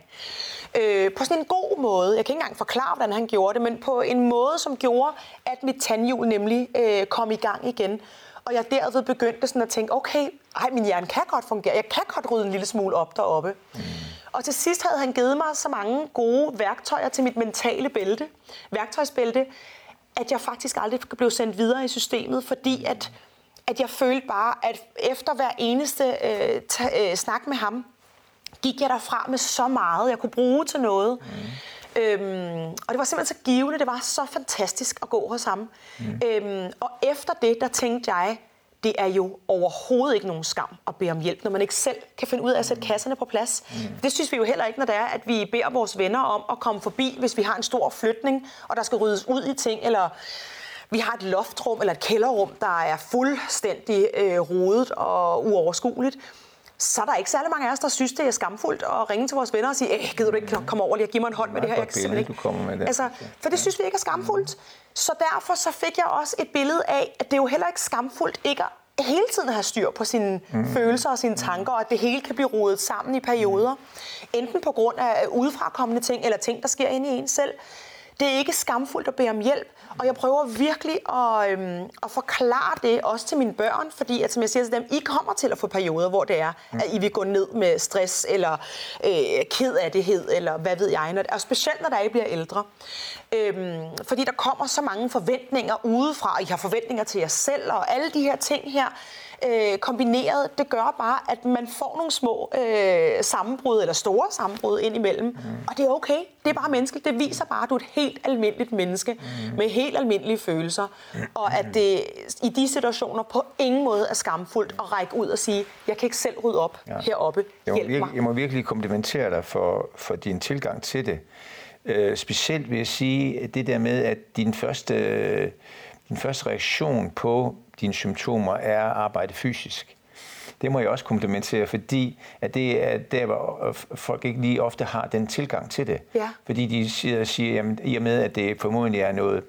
Øh, på sådan en god måde. Jeg kan ikke engang forklare, hvordan han gjorde det, men på en måde, som gjorde, at mit tandhjul nemlig øh, kom i gang igen. Og jeg derved begyndte sådan at tænke, okay, ej, min hjerne kan godt fungere. Jeg kan godt rydde en lille smule op deroppe. Mm. Og til sidst havde han givet mig så mange gode værktøjer til mit mentale bælte, værktøjsbælte, at jeg faktisk aldrig blev sendt videre i systemet, fordi at at jeg følte bare, at efter hver eneste øh, ta- øh, snak med ham, gik jeg derfra med så meget, jeg kunne bruge til noget. Mm. Øhm, og det var simpelthen så givende, det var så fantastisk at gå hos ham. Mm. Øhm, og efter det, der tænkte jeg, det er jo overhovedet ikke nogen skam at bede om hjælp, når man ikke selv kan finde ud af at sætte kasserne på plads. Mm. Det synes vi jo heller ikke, når det er, at vi beder vores venner om at komme forbi, hvis vi har en stor flytning, og der skal ryddes ud i ting, eller vi har et loftrum eller et kælderrum, der er fuldstændig øh, rodet og uoverskueligt. Så er der ikke særlig mange af os, der synes, det er skamfuldt at ringe til vores venner og sige, æh, gider du ikke komme over lige og give mig en hånd med det her? Jeg kan billede, ikke. Du kommer med det. Altså, for det synes vi ikke er skamfuldt. Så derfor så fik jeg også et billede af, at det er jo heller ikke skamfuldt ikke at hele tiden have styr på sine mm. følelser og sine tanker, og at det hele kan blive rodet sammen i perioder. Enten på grund af udefrakommende ting, eller ting, der sker inde i en selv. Det er ikke skamfuldt at bede om hjælp, og jeg prøver virkelig at, øhm, at forklare det også til mine børn, fordi at, som jeg siger til dem, I kommer til at få perioder, hvor det er, at I vil gå ned med stress eller øh, ked af det, eller hvad ved jeg, og specielt når der I bliver ældre. Øhm, fordi der kommer så mange forventninger udefra, og I har forventninger til jer selv, og alle de her ting her, Øh, kombineret, det gør bare, at man får nogle små øh, sammenbrud, eller store sammenbrud indimellem. Mm. Og det er okay. Det er bare menneskeligt. Det viser bare, at du er et helt almindeligt menneske, mm. med helt almindelige følelser. Mm. Og at det i de situationer på ingen måde er skamfuldt at række ud og sige, jeg kan ikke selv rydde op ja. heroppe. Jeg må, Hjælp virkelig, mig. jeg må virkelig komplimentere dig for, for din tilgang til det. Øh, specielt vil jeg sige, det der med, at din første, din første reaktion på dine symptomer er at arbejde fysisk. Det må jeg også komplimentere, fordi at det er der, hvor folk ikke lige ofte har den tilgang til det. Ja. Fordi de siger, siger jamen, i og med, at det formodentlig er noget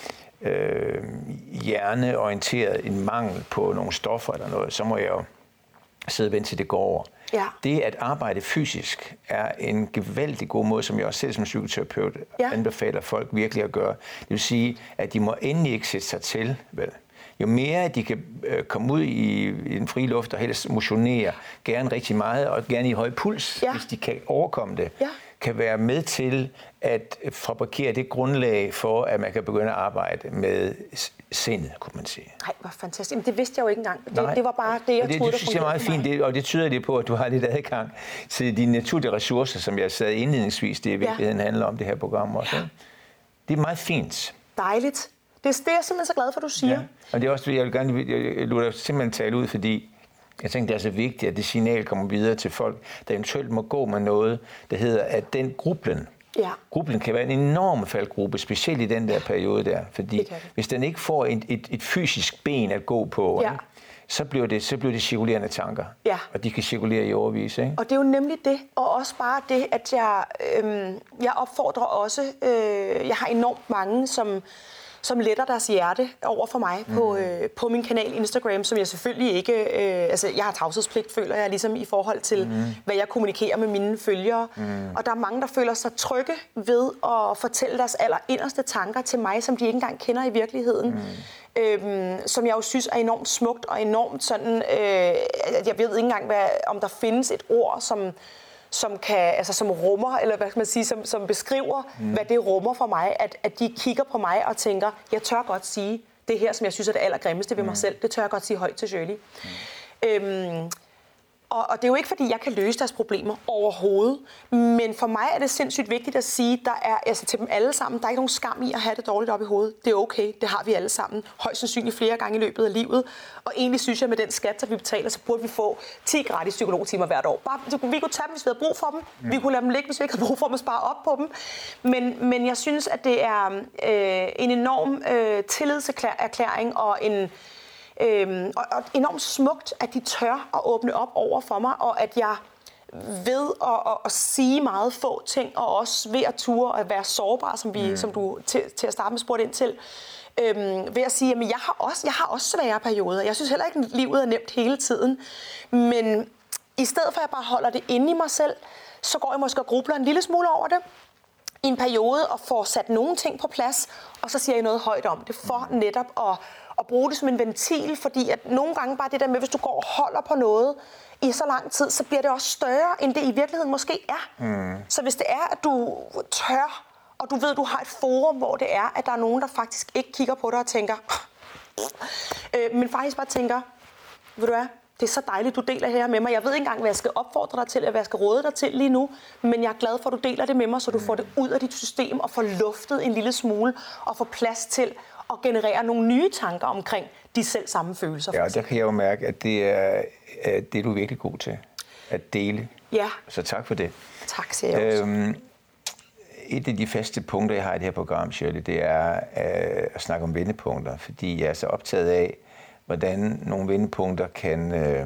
øh, hjerneorienteret, en mangel på nogle stoffer eller noget, så må jeg jo sidde og vente til det går over. Ja. Det at arbejde fysisk er en gevaldig god måde, som jeg også selv som psykoterapeut ja. anbefaler folk virkelig at gøre. Det vil sige, at de må endelig ikke sætte sig til, vel? Jo mere de kan øh, komme ud i, i den frie luft og helst motionere, gerne rigtig meget og gerne i høj puls, ja. hvis de kan overkomme det, ja. kan være med til at fabrikere det grundlag for, at man kan begynde at arbejde med sindet, kunne man sige. Nej, hvor fantastisk. Men det vidste jeg jo ikke engang. Det, det var bare det, jeg det, troede, det, der fungerede meget fint, det, og det tyder det på, at du har lidt adgang til de naturlige ressourcer, som jeg sagde indledningsvis, det i virkeligheden ja. handler om det her program også. Ja. Det er meget fint. Dejligt. Det er, det er jeg simpelthen så glad for, du siger. Ja. Og det er også, jeg vil gerne jeg lukker dig simpelthen tale ud, fordi jeg tænker, det er så vigtigt, at det signal kommer videre til folk, der eventuelt må gå med noget, der hedder, at den grublen, ja. grublen kan være en enorm faldgruppe, specielt i den der periode der, fordi det det. hvis den ikke får et, et, et fysisk ben at gå på, ja. så bliver det, så bliver det cirkulerende tanker, ja. og de kan cirkulere i overvis. Ikke? Og det er jo nemlig det, og også bare det, at jeg, øhm, jeg opfordrer også, øh, jeg har enormt mange, som som letter deres hjerte over for mig mm. på, øh, på min kanal Instagram, som jeg selvfølgelig ikke... Øh, altså, jeg har tavshedspligt, føler jeg, ligesom i forhold til, mm. hvad jeg kommunikerer med mine følgere. Mm. Og der er mange, der føler sig trygge ved at fortælle deres allerinderste tanker til mig, som de ikke engang kender i virkeligheden. Mm. Øhm, som jeg jo synes er enormt smukt og enormt sådan... Øh, jeg ved ikke engang, hvad, om der findes et ord, som... som kan, altså som rummer, eller hvad skal man sige, som, som beskriver, mm. hvad det rummer for mig, at, at de kigger på mig og tænker, jeg tør godt sige det her, som jeg synes er det allergrimmeste ved mm. mig selv, det tør jeg godt sige højt til Shirley. Mm. Øhm, og, og det er jo ikke, fordi jeg kan løse deres problemer overhovedet, men for mig er det sindssygt vigtigt at sige, der er altså til dem alle sammen, der er ikke nogen skam i at have det dårligt op i hovedet. Det er okay, det har vi alle sammen, højst sandsynligt flere gange i løbet af livet. Og egentlig synes jeg, med den skat, der vi betaler, så burde vi få ti gratis psykologtimer hvert år. Bare, vi kunne tage dem, hvis vi havde brug for dem. Mm. Vi kunne lade dem ligge, hvis vi ikke havde brug for dem, og spare op på dem. Men, men jeg synes, at det er øh, en enorm øh, tillidserklæring og en... Øhm, og, og enormt smukt, at de tør at åbne op over for mig, og at jeg ved at, at, at sige meget få ting, og også ved at ture og at være sårbar, som, vi, mm. som du til, til at starte med spurgte ind til, øhm, ved at sige, at jeg har, også, jeg har også svære perioder. Jeg synes heller ikke, at livet er nemt hele tiden, men i stedet for at jeg bare holder det inde i mig selv, så går jeg måske og grubler en lille smule over det i en periode og får sat nogle ting på plads, og så siger jeg noget højt om det, for netop at og bruge det som en ventil, fordi at nogle gange bare det der med, hvis du går og holder på noget i så lang tid, så bliver det også større, end det i virkeligheden måske er. Mm. Så hvis det er, at du tør, og du ved, at du har et forum, hvor det er, at der er nogen, der faktisk ikke kigger på dig og tænker, øh, men faktisk bare tænker, ved du hvad, det er så dejligt, du deler det her med mig. Jeg ved ikke engang, hvad jeg skal opfordre dig til, eller hvad jeg skal råde dig til lige nu, men jeg er glad for, at du deler det med mig, så du får det ud af dit system og får luftet en lille smule og får plads til og generere nogle nye tanker omkring de selv samme følelser. Ja, der kan jeg jo mærke, at det er, at det er du virkelig god til, at dele. Ja. Så tak for det. Tak, siger jeg også. Øhm, et af de faste punkter, jeg har i det her program, Shirley, det er øh, at snakke om vendepunkter, fordi jeg er så optaget af, hvordan nogle vendepunkter kan øh,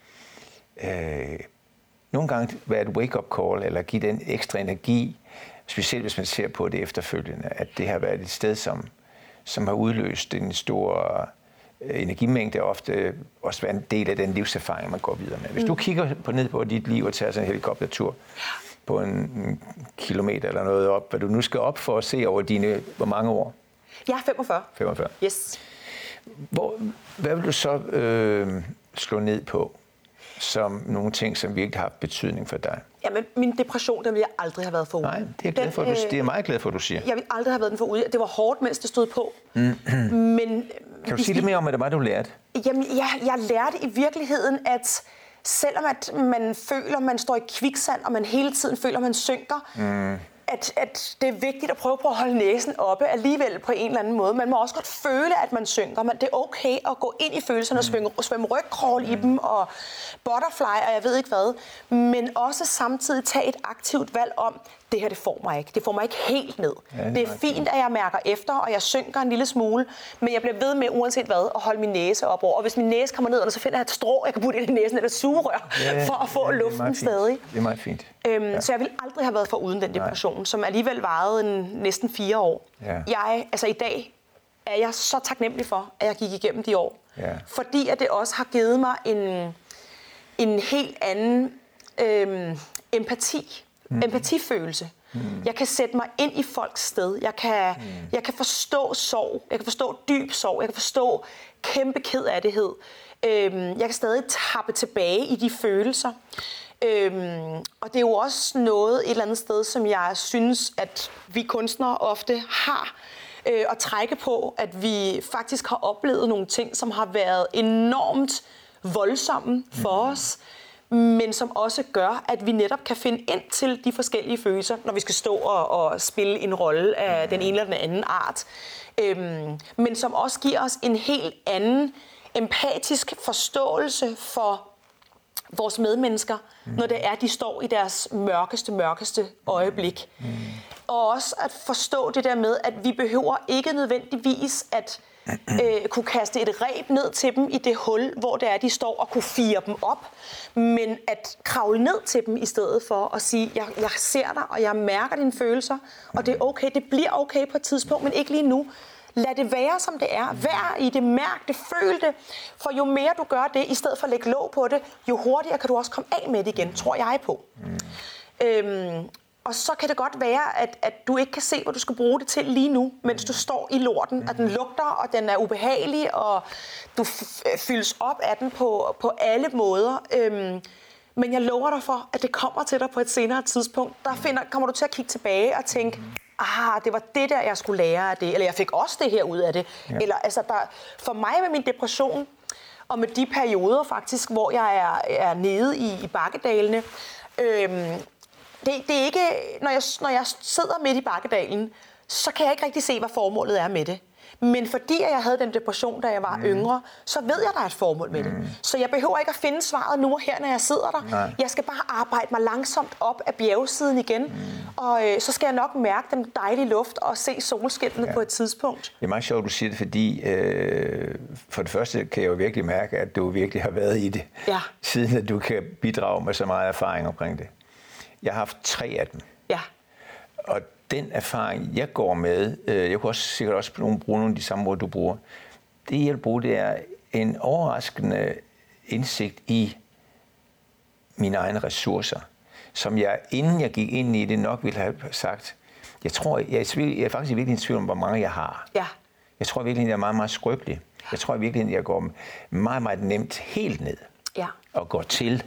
øh, nogle gange være et wake-up call, eller give den ekstra energi, specielt hvis man ser på det efterfølgende, at det har været et sted, som som har udløst en stor energimængde, og ofte også være en del af den livserfaring, man går videre med. Hvis du kigger på ned på dit liv og tager sådan en helikoptertur på en kilometer eller noget op, hvad du nu skal op for at se over dine, hvor mange år? Ja, femogfyrre. femogfyrre. Yes. Hvor, hvad vil du så øh, slå ned på som nogle ting, som virkelig har betydning for dig? Jamen, min depression, den ville jeg aldrig have været foruden. Nej, det er, jeg glad for, den, du, det er meget glad for, at du siger. Jeg ville aldrig have været den foruden. Det var hårdt, mens det stod på. Mm-hmm. Men, kan du sige lidt mere om, hvad det var, du lærte? Jamen, jeg, jeg lærte i virkeligheden, at selvom at man føler, at man står i kviksand, og man hele tiden føler, at man synker, mm. at, at det er vigtigt at prøve på at holde næsen oppe alligevel på en eller anden måde. Man må også godt føle, at man synker, men det er okay at gå ind i følelserne og svømme, og svømme rygcrawl mm. i dem, og butterfly, og jeg ved ikke hvad. Men også samtidig tage et aktivt valg om, det her, det får mig ikke. Det får mig ikke helt ned. Ja, det, det er fint, at jeg mærker efter, og jeg synker en lille smule, men jeg bliver ved med, uanset hvad, at holde min næse op over. Og hvis min næse kommer ned, så finder jeg et strå, jeg kan putte ind i næsen, eller et sugerør, ja, for at få ja, luften stadig. Det er meget fint. Øhm, ja. Så jeg ville aldrig have været foruden den depression, Nej. som alligevel varede en, næsten fire år. Ja. Jeg, altså i dag, er jeg så taknemmelig for, at jeg gik igennem de år. Ja. Fordi at det også har givet mig en, en helt anden øhm, empati. Mm. Empatifølelse. Mm. Jeg kan sætte mig ind i folks sted. Jeg kan, mm. jeg kan forstå sorg. Jeg kan forstå dyb sorg. Jeg kan forstå kæmpe kedsomhed. Øhm, jeg kan stadig tappe tilbage i de følelser. Øhm, og det er jo også noget et eller andet sted, som jeg synes, at vi kunstnere ofte har øh, at trække på, at vi faktisk har oplevet nogle ting, som har været enormt voldsomme for mm. os, men som også gør, at vi netop kan finde ind til de forskellige følelser, når vi skal stå og, og spille en rolle af den ene eller den anden art. Øhm, men som også giver os en helt anden empatisk forståelse for vores medmennesker, mm. når det er, de står i deres mørkeste, mørkeste øjeblik. Mm. Og også at forstå det der med, at vi behøver ikke nødvendigvis at øh, kunne kaste et reb ned til dem i det hul, hvor det er, de står, og kunne fire dem op, men at kravle ned til dem i stedet for at sige, jeg, jeg ser dig, og jeg mærker dine følelser, og det er okay, det bliver okay på et tidspunkt, men ikke lige nu. Lad det være, som det er. Vær i det, mærk det, føl det. For jo mere du gør det, i stedet for at lægge låg på det, jo hurtigere kan du også komme af med det igen, tror jeg på. Mm. Øhm, og så kan det godt være, at, at du ikke kan se, hvad du skal bruge det til lige nu, mens du står i lorten, mm. og den lugter, og den er ubehagelig, og du f- fyldes op af den på, på alle måder. Øhm, men jeg lover dig for, at det kommer til dig på et senere tidspunkt. Der finder, kommer du til at kigge tilbage og tænke, ah, det var det der, jeg skulle lære af det, eller jeg fik også det her ud af det. Ja. Eller, altså, der, for mig med min depression, og med de perioder faktisk, hvor jeg er, er nede i, i bakkedalene, øhm, det, det er ikke, når jeg, når jeg sidder midt i bakkedalen, så kan jeg ikke rigtig se, hvad formålet er med det. Men fordi jeg havde den depression, da jeg var mm. yngre, så ved jeg, at der er et formål med det. Mm. Så jeg behøver ikke at finde svaret nu og her, når jeg sidder der. Nej. Jeg skal bare arbejde mig langsomt op af bjergsiden igen, mm. og øh, så skal jeg nok mærke den dejlige luft og se solskinnene ja. på et tidspunkt. Det er meget sjovt, du siger det, fordi øh, for det første kan jeg jo virkelig mærke, at du virkelig har været i det, ja. siden at du kan bidrage med så meget erfaring omkring det. Jeg har haft tre af dem. Ja. Og den erfaring, jeg går med, øh, jeg kunne også sikkert også bruge nogle af de samme ord, du bruger. Det, jeg vil bruge, det er en overraskende indsigt i mine egne ressourcer, som jeg, inden jeg gik ind i det, nok ville have sagt, jeg tror, jeg er, jeg er faktisk virkelig i tvivl om, hvor mange jeg har. Ja. Jeg tror virkelig, jeg er meget, meget skrøbelig. Jeg tror virkelig, jeg går meget, meget nemt helt ned ja. og går til.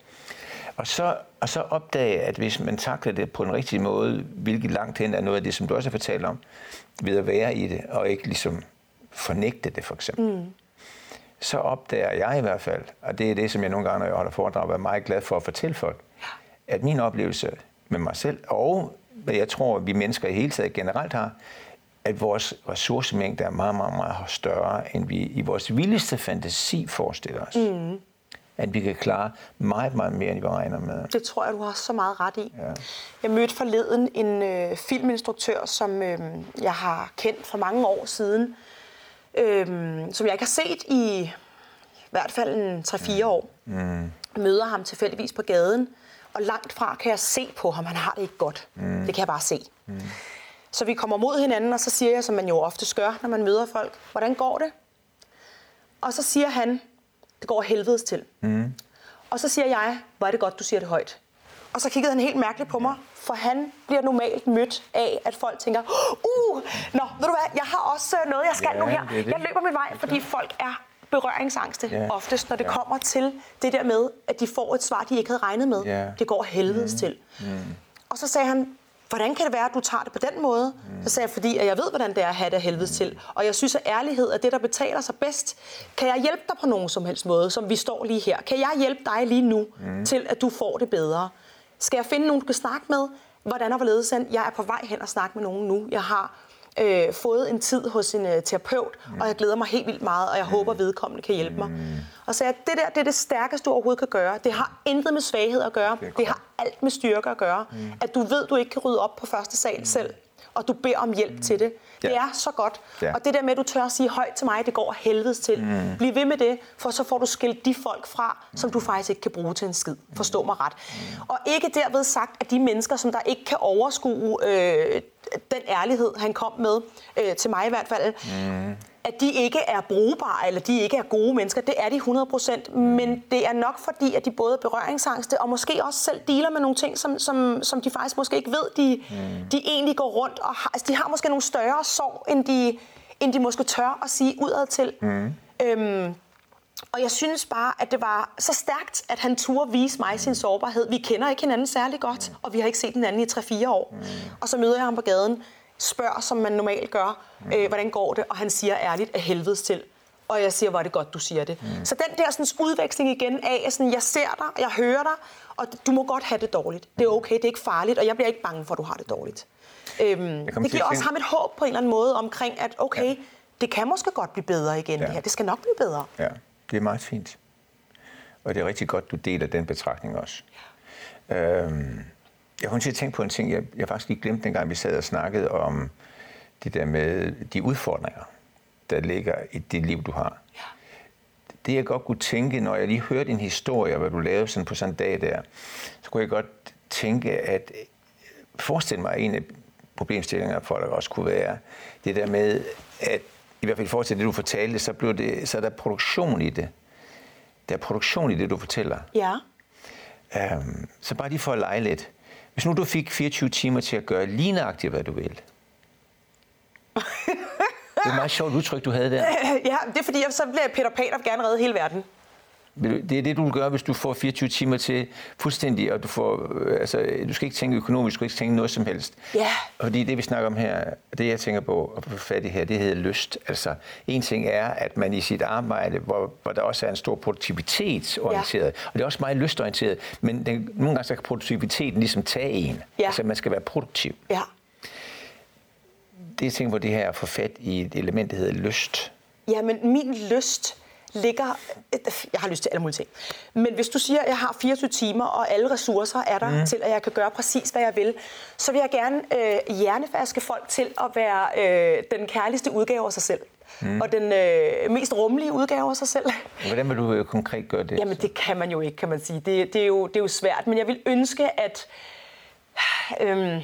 Og så, og så opdage, at hvis man takler det på en rigtig måde, hvilket langt hen er noget af det, som du også har fortalt om, ved at være i det, og ikke ligesom fornægte det, for eksempel. Mm. Så opdager jeg i hvert fald, og det er det, som jeg nogle gange, når jeg holder foredrag, er meget glad for at fortælle folk, ja. at min oplevelse med mig selv, og hvad jeg tror, vi mennesker i hele taget generelt har, at vores ressourcemængde er meget, meget, meget større, end vi i vores vildeste fantasi forestiller os. Mm. At vi kan klare meget, meget mere, end vi regner med. Det tror jeg, du har så meget ret i. Ja. Jeg mødte forleden en øh, filminstruktør, som øh, jeg har kendt for mange år siden, øh, som jeg ikke har set i i hvert fald en tre fire år. Mm. Jeg møder ham tilfældigvis på gaden, og langt fra kan jeg se på ham, han har det ikke godt. Mm. Det kan jeg bare se. Mm. Så vi kommer mod hinanden, og så siger jeg, som man jo ofte gør, når man møder folk, hvordan går det? Og så siger han, det går helvedes til. Mm. Og så siger jeg, hvor er det godt, du siger det højt. Og så kiggede han helt mærkeligt på mig, for han bliver normalt mødt af, at folk tænker, uh, nå, ved du hvad, jeg har også noget, jeg skal ja, nu her. Det det. Jeg løber min vej, fordi folk er berøringsangste ja. oftest, når det ja. kommer til det der med, at de får et svar, de ikke havde regnet med. Ja. Det går helvedes mm. til. Mm. Og så sagde han, hvordan kan det være, at du tager det på den måde? Mm. Så sagde jeg, fordi at jeg ved, hvordan det er at have det helvedes til. Og jeg synes, at ærlighed er det, der betaler sig bedst. Kan jeg hjælpe dig på nogen som helst måde, som vi står lige her? Kan jeg hjælpe dig lige nu mm. til, at du får det bedre? Skal jeg finde nogen, du kan snakke med? Hvordan er hvorledes? Jeg er på vej hen og snakke med nogen nu. Jeg har øh, fået en tid hos en øh, terapeut, mm. og jeg glæder mig helt vildt meget, og jeg mm. håber, vedkommende kan hjælpe mig. Mm. Og så jeg, det der, det er det stærkeste, du overhovedet kan gøre. Det har intet med svaghed at gøre. Det, det har alt med styrke at gøre. Mm. At du ved, du ikke kan rydde op på første sal mm. selv, og du beder om hjælp mm. til det. Ja. Det er så godt. Ja. Og det der med, at du tør at sige højt til mig, det går helvedes til. Mm. Bliv ved med det, for så får du skilt de folk fra, som du faktisk ikke kan bruge til en skid. Forstå mig ret. Mm. Og ikke derved sagt, at de mennesker, som der ikke kan overskue øh, den ærlighed, han kom med, øh, til mig i hvert fald, mm. at de ikke er brugbare, eller de ikke er gode mennesker. Det er de hundrede procent. Men det er nok fordi, at de både er berøringsangste, og måske også selv dealer med nogle ting, som, som, som de faktisk måske ikke ved, de, mm. de egentlig går rundt og har. Altså, de har måske nogle større sorg, end de, end de måske tør at sige udad til. Mm. Øhm, og jeg synes bare, at det var så stærkt, at han turde vise mig sin sårbarhed. Vi kender ikke hinanden særlig godt, og vi har ikke set hinanden i tre fire år. Mm. Og så møder jeg ham på gaden, spørger, som man normalt gør, øh, hvordan går det, og han siger ærligt af helvedes til. Og jeg siger, hvor er det godt, du siger det. Mm. Så den der sådan, udveksling igen af, sådan, jeg ser dig, jeg hører dig, og du må godt have det dårligt. Det er okay, det er ikke farligt, og jeg bliver ikke bange for, at du har det dårligt. Øhm, det giver også ham et håb på en eller anden måde omkring, at okay, ja. det kan måske godt blive bedre igen. Ja. Det her. Det skal nok blive bedre. Ja, det er meget fint. Og det er rigtig godt, du deler den betragtning også. Ja. Øhm, Jeg kunne til at tænke på en ting, jeg, jeg faktisk lige glemte, dengang vi sad og snakkede om det der med de udfordringer, der ligger i det liv, du har. Ja. Det jeg godt kunne tænke, når jeg lige hørte din historie, hvad du lavede sådan på sådan en dag der, så kunne jeg godt tænke, at forestille mig en af problemstillinger for dig også kunne være det der med, at i hvert fald i forhold til det, du fortalte, så, blev det, så er der produktion i det. Der er produktion i det, du fortæller. Ja. Um, så bare lige for at lege lidt. Hvis nu du fik fireogtyve timer til at gøre lige nøjagtigt, hvad du vil. Det er et meget sjovt udtryk, du havde der. Ja, det er fordi, så bliver Peter Pan og gerne redde hele verden. Det er det, du vil gøre, hvis du får fireogtyve timer til fuldstændig, og du får, altså, du skal ikke tænke økonomisk, du skal ikke tænke noget som helst. Ja. Fordi det, vi snakker om her, det jeg tænker på at få fat i her, det hedder lyst. Altså, en ting er, at man i sit arbejde, hvor, hvor der også er en stor produktivitetsorienteret, ja. Og det er også meget lystorienteret, men den, nogle gange så kan produktiviteten ligesom tage en. Ja. Altså, man skal være produktiv. Ja. Det jeg tænker på, det her er at få fat i et element, der hedder lyst. Ja, men min lyst ligger... Jeg har lyst til alle mulige ting. Men hvis du siger, at jeg har fireogtyve timer, og alle ressourcer er der mm. til, at jeg kan gøre præcis, hvad jeg vil, så vil jeg gerne øh, hjernefaske folk til at være øh, den kærligste udgave af sig selv. Mm. Og den øh, mest rummelige udgave af sig selv. Hvordan vil du øh, konkret gøre det? Jamen, det kan man jo ikke, kan man sige. Det, det, er, jo, det er jo svært. Men jeg vil ønske, at... Øh,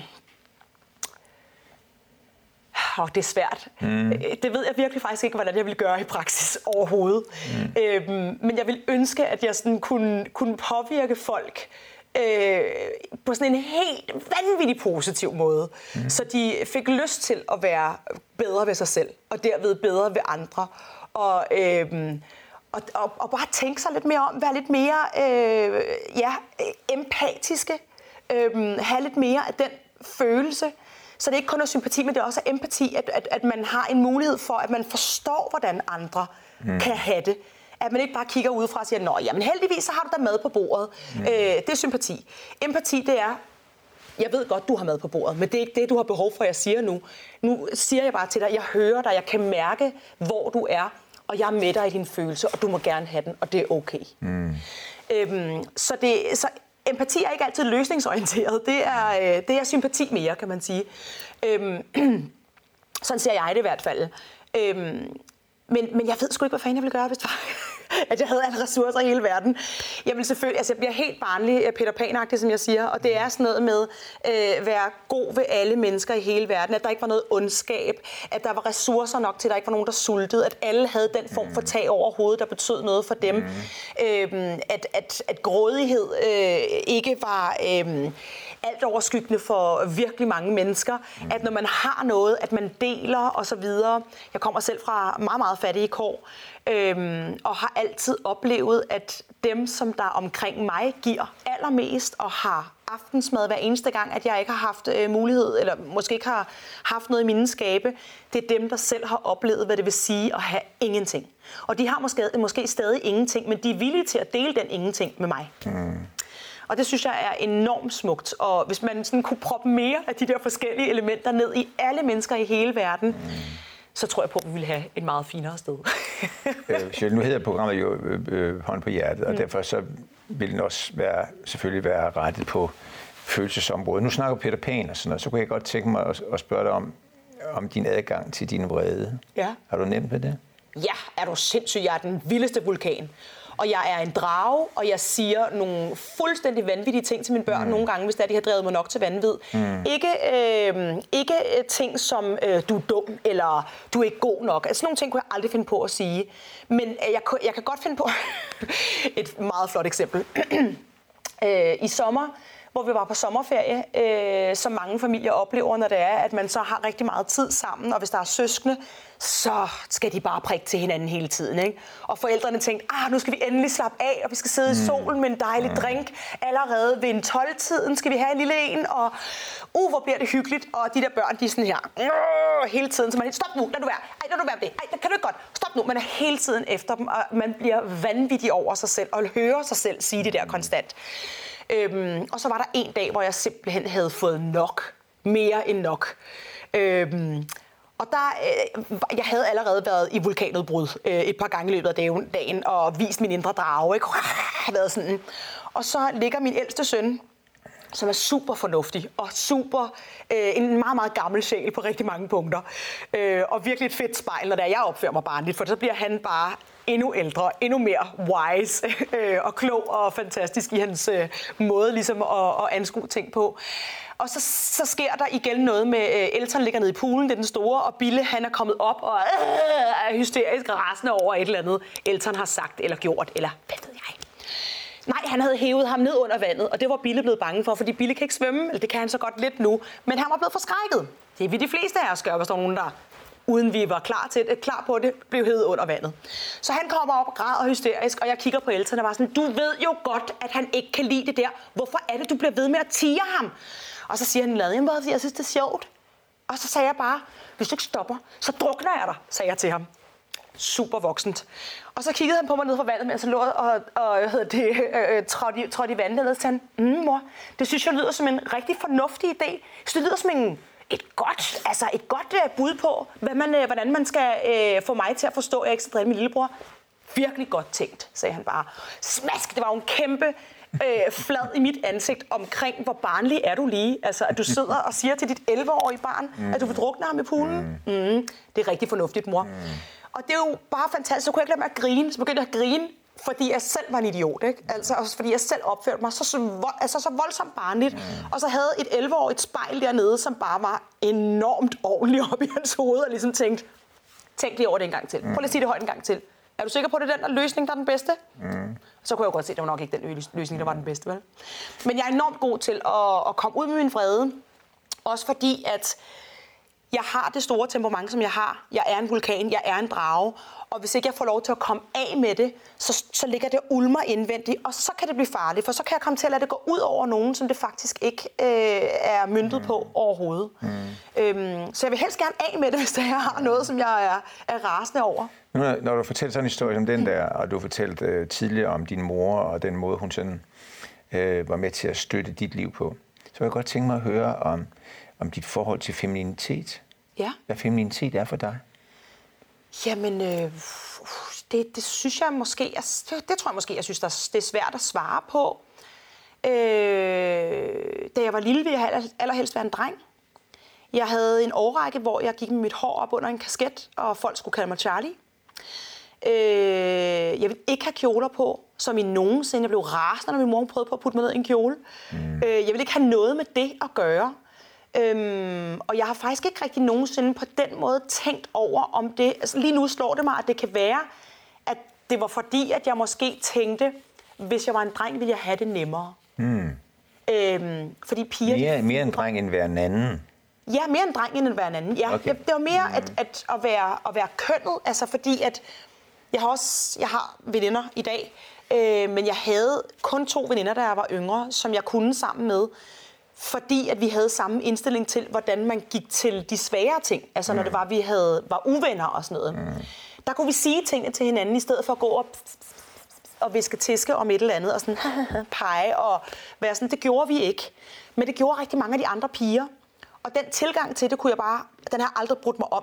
Oh, det er svært. Mm. Det ved jeg virkelig faktisk ikke, hvordan jeg vil gøre i praksis overhovedet. Mm. Øhm, men jeg vil ønske, at jeg sådan kunne, kunne påvirke folk øh, på sådan en helt vanvittig positiv måde. Mm. Så de fik lyst til at være bedre ved sig selv, og derved bedre ved andre. Og, øhm, og, og, og bare tænke sig lidt mere om, være lidt mere øh, ja, empatiske, øh, have lidt mere af den følelse. Så det er ikke kun er sympati, men det er også empati, at, at, at man har en mulighed for, at man forstår, hvordan andre mm. kan have det. At man ikke bare kigger udefra og siger, nå, jamen heldigvis så har du da mad på bordet. Mm. Øh, det er sympati. Empati, det er, jeg ved godt, du har mad på bordet, men det er ikke det, du har behov for, jeg siger nu. Nu siger jeg bare til dig, jeg hører dig, jeg kan mærke, hvor du er, og jeg er med dig i din følelse, og du må gerne have den, og det er okay. Mm. Øhm, så det så empati er ikke altid løsningsorienteret. Det er, det er sympati mere, kan man sige. Øhm, sådan ser jeg det i hvert fald. Øhm, men, men jeg ved sgu ikke, hvad fanden jeg ville gøre, hvis det var, at jeg havde alle ressourcer i hele verden. Jeg vil selvfølgelig, altså jeg bliver helt barnlig, Peter Pan-agtig, som jeg siger, og det er sådan noget med at øh, være god ved alle mennesker i hele verden, at der ikke var noget ondskab, at der var ressourcer nok til, at der ikke var nogen, der sultede, at alle havde den form for tag over hovedet, der betød noget for dem, mm. øhm, at, at, at grådighed øh, ikke var øh, alt overskyggende for virkelig mange mennesker, mm. at når man har noget, at man deler og så videre. Jeg kommer selv fra meget, meget fattige kår, Øhm, og har altid oplevet, at dem, som der omkring mig giver allermest og har aftensmad hver eneste gang, at jeg ikke har haft øh, mulighed, eller måske ikke har haft noget i mine skabe, det er dem, der selv har oplevet, hvad det vil sige at have ingenting. Og de har måske, måske stadig ingenting, men de er villige til at dele den ingenting med mig. Mm. Og det synes jeg er enormt smukt. Og hvis man sådan kunne proppe mere af de der forskellige elementer ned i alle mennesker i hele verden, mm. så tror jeg på, at vi ville have et meget finere sted. øh, nu hedder programmet jo øh, øh, Hånd på hjertet, og mm. derfor så vil den også være, selvfølgelig være rettet på følelsesområdet. Nu snakker Peter Pan og sådan noget, så kunne jeg godt tænke mig at, at spørge dig om, om din adgang til din vrede. Ja. Har du nemt med det? Ja, er du sindssyg. Jeg er den vildeste vulkan. Og jeg er en drage, og jeg siger nogle fuldstændig vanvittige ting til mine børn mm. nogle gange, hvis det er, de har drevet mig nok til vanvid. Mm. Ikke, øh, ikke ting som, øh, du er dum, eller du er ikke god nok. Altså, sådan nogle ting kunne jeg aldrig finde på at sige. Men øh, jeg, jeg kan godt finde på et meget flot eksempel. øh, I sommer, hvor vi var på sommerferie, øh, som mange familier oplever, når det er, at man så har rigtig meget tid sammen, og hvis der er søskende, så skal de bare prikke til hinanden hele tiden, ikke? Og forældrene tænkte, ah, nu skal vi endelig slappe af, og vi skal sidde mm. i solen med en dejlig mm. drink. Allerede ved en tolv-tiden skal vi have en lille en, og uh, hvor bliver det hyggeligt. Og de der børn, de er sådan her, uh, hele tiden, så man stop nu, lad du være, ej, lad du være med det, ej, det kan du ikke godt, stop nu. Man er hele tiden efter dem, og man bliver vanvittig over sig selv, og hører sig selv sige det der konstant. Øhm, og så var der en dag, hvor jeg simpelthen havde fået nok. Mere end nok. Øhm, og der, øh, jeg havde allerede været i vulkanudbrud øh, et par gange i løbet af dagen, og vist min indre drage, ikke? Været sådan. Og så ligger min ældste søn, som er super fornuftig og super, øh, en meget, meget gammel sjæl på rigtig mange punkter. Øh, og virkelig et fedt spejl, når der jeg opfører mig barnligt, for så bliver han bare endnu ældre, endnu mere wise øh, og klog og fantastisk i hans øh, måde ligesom at, at anskue ting på. Og så, så sker der igen noget med, øh, Elton ligger nede i poolen, det er den store, og Bille han er kommet op og øh, er hysterisk rasende over et eller andet, Elton har sagt eller gjort, eller hvad ved jeg. Nej, han havde hævet ham ned under vandet, og det var Bille blevet bange for, fordi Bille kan ikke svømme, eller det kan han så godt lidt nu, men han var blevet forskrækket. Det er vi de fleste af os gør, hvis der er nogen, der uden vi var klar, til det, klar på det, blev hævet under vandet. Så han kommer op og græder hysterisk, og jeg kigger på Elton og var sådan, du ved jo godt, at han ikke kan lide det der. Hvorfor er det, du bliver ved med at tige ham? Og så siger han, lad mig, fordi jeg synes, det er sjovt. Og så sagde jeg bare, hvis du ikke stopper, så drukner jeg dig, sagde jeg til ham. Super voksent. Og så kiggede han på mig ned fra vandet, mens han lå og, og hvad hedder det, øh, trådte, i, trådte i vandet, og så sagde han, mm, mor, det synes jeg lyder som en rigtig fornuftig idé. Så det lyder som en Et godt, altså et godt uh, bud på, hvad man, uh, hvordan man skal uh, få mig til at forstå, at jeg ikke skal drille min lillebror. Virkelig godt tænkt, sagde han bare. Smask, det var jo en kæmpe uh, flad i mit ansigt omkring, hvor barnlig er du lige. Altså, at du sidder og siger til dit elleve-årige barn, mm. at du vil drukne ham i poolen. Mm. Mm, det er rigtig fornuftigt, mor. Mm. Og det er jo bare fantastisk. Så kunne jeg ikke lade mig at grine. Så begyndte jeg at grine, fordi jeg selv var en idiot, ikke? Altså, også fordi jeg selv opførte mig så, så, vold, altså, så voldsomt barnligt. Mm. Og så havde et elleve-årigt spejl dernede, som bare var enormt ordentligt op i hans hoved, og ligesom tænkte, tænk lige over det en gang til. Prøv lige at sige det højt en gang til. Er du sikker på, at det er den der løsning, der er den bedste? Mm. Så kunne jeg jo godt se, at det var nok ikke den løsning, der var den bedste, vel? Men jeg er enormt god til at, at komme ud med min vrede. Også fordi, at jeg har det store temperament, som jeg har. Jeg er en vulkan, jeg er en drage. Og hvis ikke jeg får lov til at komme af med det, så, så ligger det ulmer indvendigt, og så kan det blive farligt, for så kan jeg komme til at lade det gå ud over nogen, som det faktisk ikke øh, er møntet mm. på overhovedet. Mm. Øhm, så jeg vil helst gerne af med det, hvis jeg har noget, som jeg er, er rasende over. Når, når du fortæller sådan en historie som den der, og du fortalte øh, tidligere om din mor, og den måde, hun sådan, øh, var med til at støtte dit liv på, så vil jeg godt tænke mig at høre om, om dit forhold til femininitet. Ja. Hvad femininitet er for dig? Jamen, øh, det, det synes jeg måske, jeg, det tror jeg måske, jeg synes, der, det er svært at svare på. Øh, da jeg var lille, ville jeg allerhelst være en dreng. Jeg havde en årrække, hvor jeg gik med mit hår op under en kasket, og folk skulle kalde mig Charlie. Øh, jeg ville ikke have kjoler på, som i nogensinde. Jeg blev rasende, når min mor prøvede på at putte mig ned i en kjole. Mm. Øh, jeg ville ikke have noget med det at gøre. Øhm, og jeg har faktisk ikke rigtig nogensinde på den måde tænkt over, om det... Altså, lige nu slår det mig, at det kan være, at det var fordi, at jeg måske tænkte, hvis jeg var en dreng, ville jeg have det nemmere. Mm. Øhm, fordi piger... Mere, mere en dreng end hver en anden? Ja, mere en dreng end hver en anden. Ja, okay. Det var mere mm. at, at, at, være, at være kønnet, altså fordi, at jeg har også jeg har veninder i dag, øh, men jeg havde kun to veninder, da jeg var yngre, som jeg kunne sammen med, fordi at vi havde samme indstilling til, hvordan man gik til de svære ting. Altså mm. når det var, vi havde, var uvenner og sådan noget. Mm. Der kunne vi sige tingene til hinanden, i stedet for at gå op og viske tiske om et eller andet, og sådan pege og være sådan. Det gjorde vi ikke. Men det gjorde rigtig mange af de andre piger. Og den tilgang til det, kunne jeg bare, den har aldrig brudt mig om.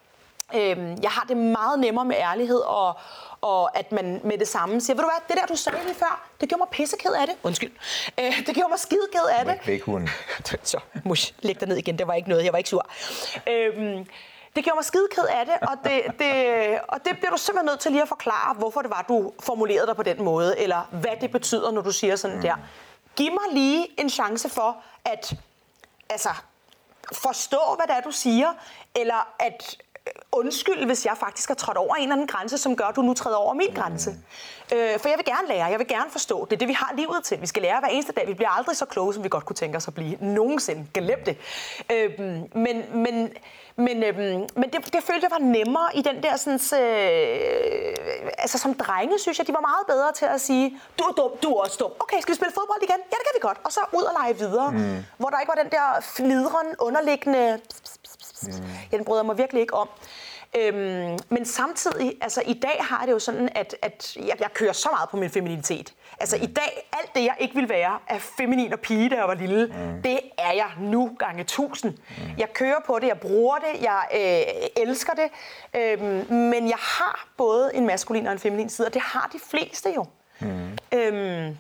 Øhm, jeg har det meget nemmere med ærlighed, og, og at man med det samme siger, ved du hvad, det der, du sagde lige før, det gjorde mig pisseked af det. Undskyld. Øh, det gjorde mig skideked af det. Væk hunden. Så, mush, læg dig ned igen, det var ikke noget, jeg var ikke sur. Øhm, det gjorde mig skideked af det, og det, det, og det bliver du simpelthen nødt til lige at forklare, hvorfor det var, du formulerede dig på den måde, eller hvad det betyder, når du siger sådan mm. der. Giv mig lige en chance for at altså, forstå, hvad det er, du siger, eller at undskyld, hvis jeg faktisk har trådt over en eller anden grænse, som gør, at du nu træder over min grænse. Mm. Øh, for jeg vil gerne lære, jeg vil gerne forstå. Det er det, vi har livet til. Vi skal lære hver eneste dag. Vi bliver aldrig så kloge, som vi godt kunne tænke os at blive. Nogensinde. Glem det. Øh, men men, men, øh, men det, det følte jeg var nemmere i den der sådan... Øh, altså som drenge, synes jeg, de var meget bedre til at sige, du er dum, du er også dum. Okay, skal vi spille fodbold igen? Ja, det kan vi godt. Og så ud og lege videre. Mm. Hvor der ikke var den der flidren, underliggende... Mm. Ja, den bryder mig virkelig ikke om. Øhm, men samtidig, altså i dag har det jo sådan, at, at jeg, jeg kører så meget på min femininitet. Altså mm. i dag, alt det jeg ikke ville være af feminin og pige, da jeg var lille, mm. det er jeg nu gange tusind. Mm. Jeg kører på det, jeg bruger det, jeg øh, elsker det. Øhm, men jeg har både en maskulin og en feminin side, og det har de fleste jo. Mm. Øhm,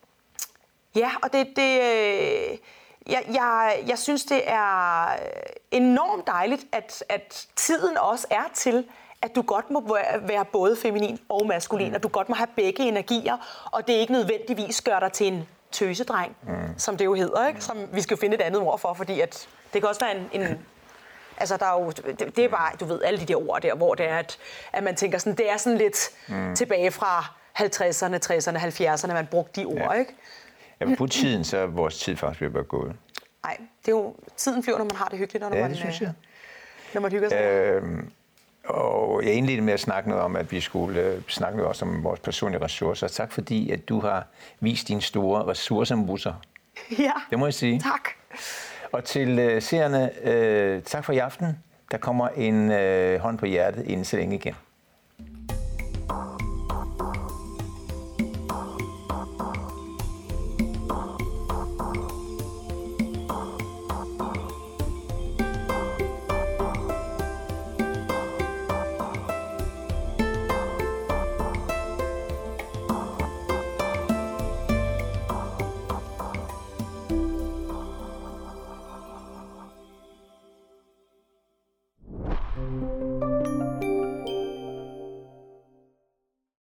ja, og det... det øh, Jeg, jeg, jeg synes, det er enormt dejligt, at, at tiden også er til, at du godt må være både feminin og maskulin, mm. og du godt må have begge energier, og det ikke nødvendigvis gør dig til en tøsedreng, mm. som det jo hedder, ikke? Som vi skal jo finde et andet ord for, fordi at det kan også være en... en altså, der er jo, det, det er bare, du ved, alle de der ord der, hvor det er, at, at man tænker sådan, det er sådan lidt mm. tilbage fra halvtredserne, tresserne, halvfjerdserne, man brugte de ord, ja. ikke? Ja, men på tiden, så er vores tid faktisk ved at være gået. Nej, det er jo, tiden flyver, når man har det hyggeligt, og når ja, man, det synes jeg. Når man hygger sig. Øhm, og jeg indledte med at snakke noget om, at vi skulle øh, snakke noget også om vores personlige ressourcer. Tak fordi, at du har vist dine store ressourcemusser. Ja, det må jeg sige. Tak. Og til øh, seerne, øh, tak for i aften. Der kommer en øh, hånd på hjertet inden så længe igen.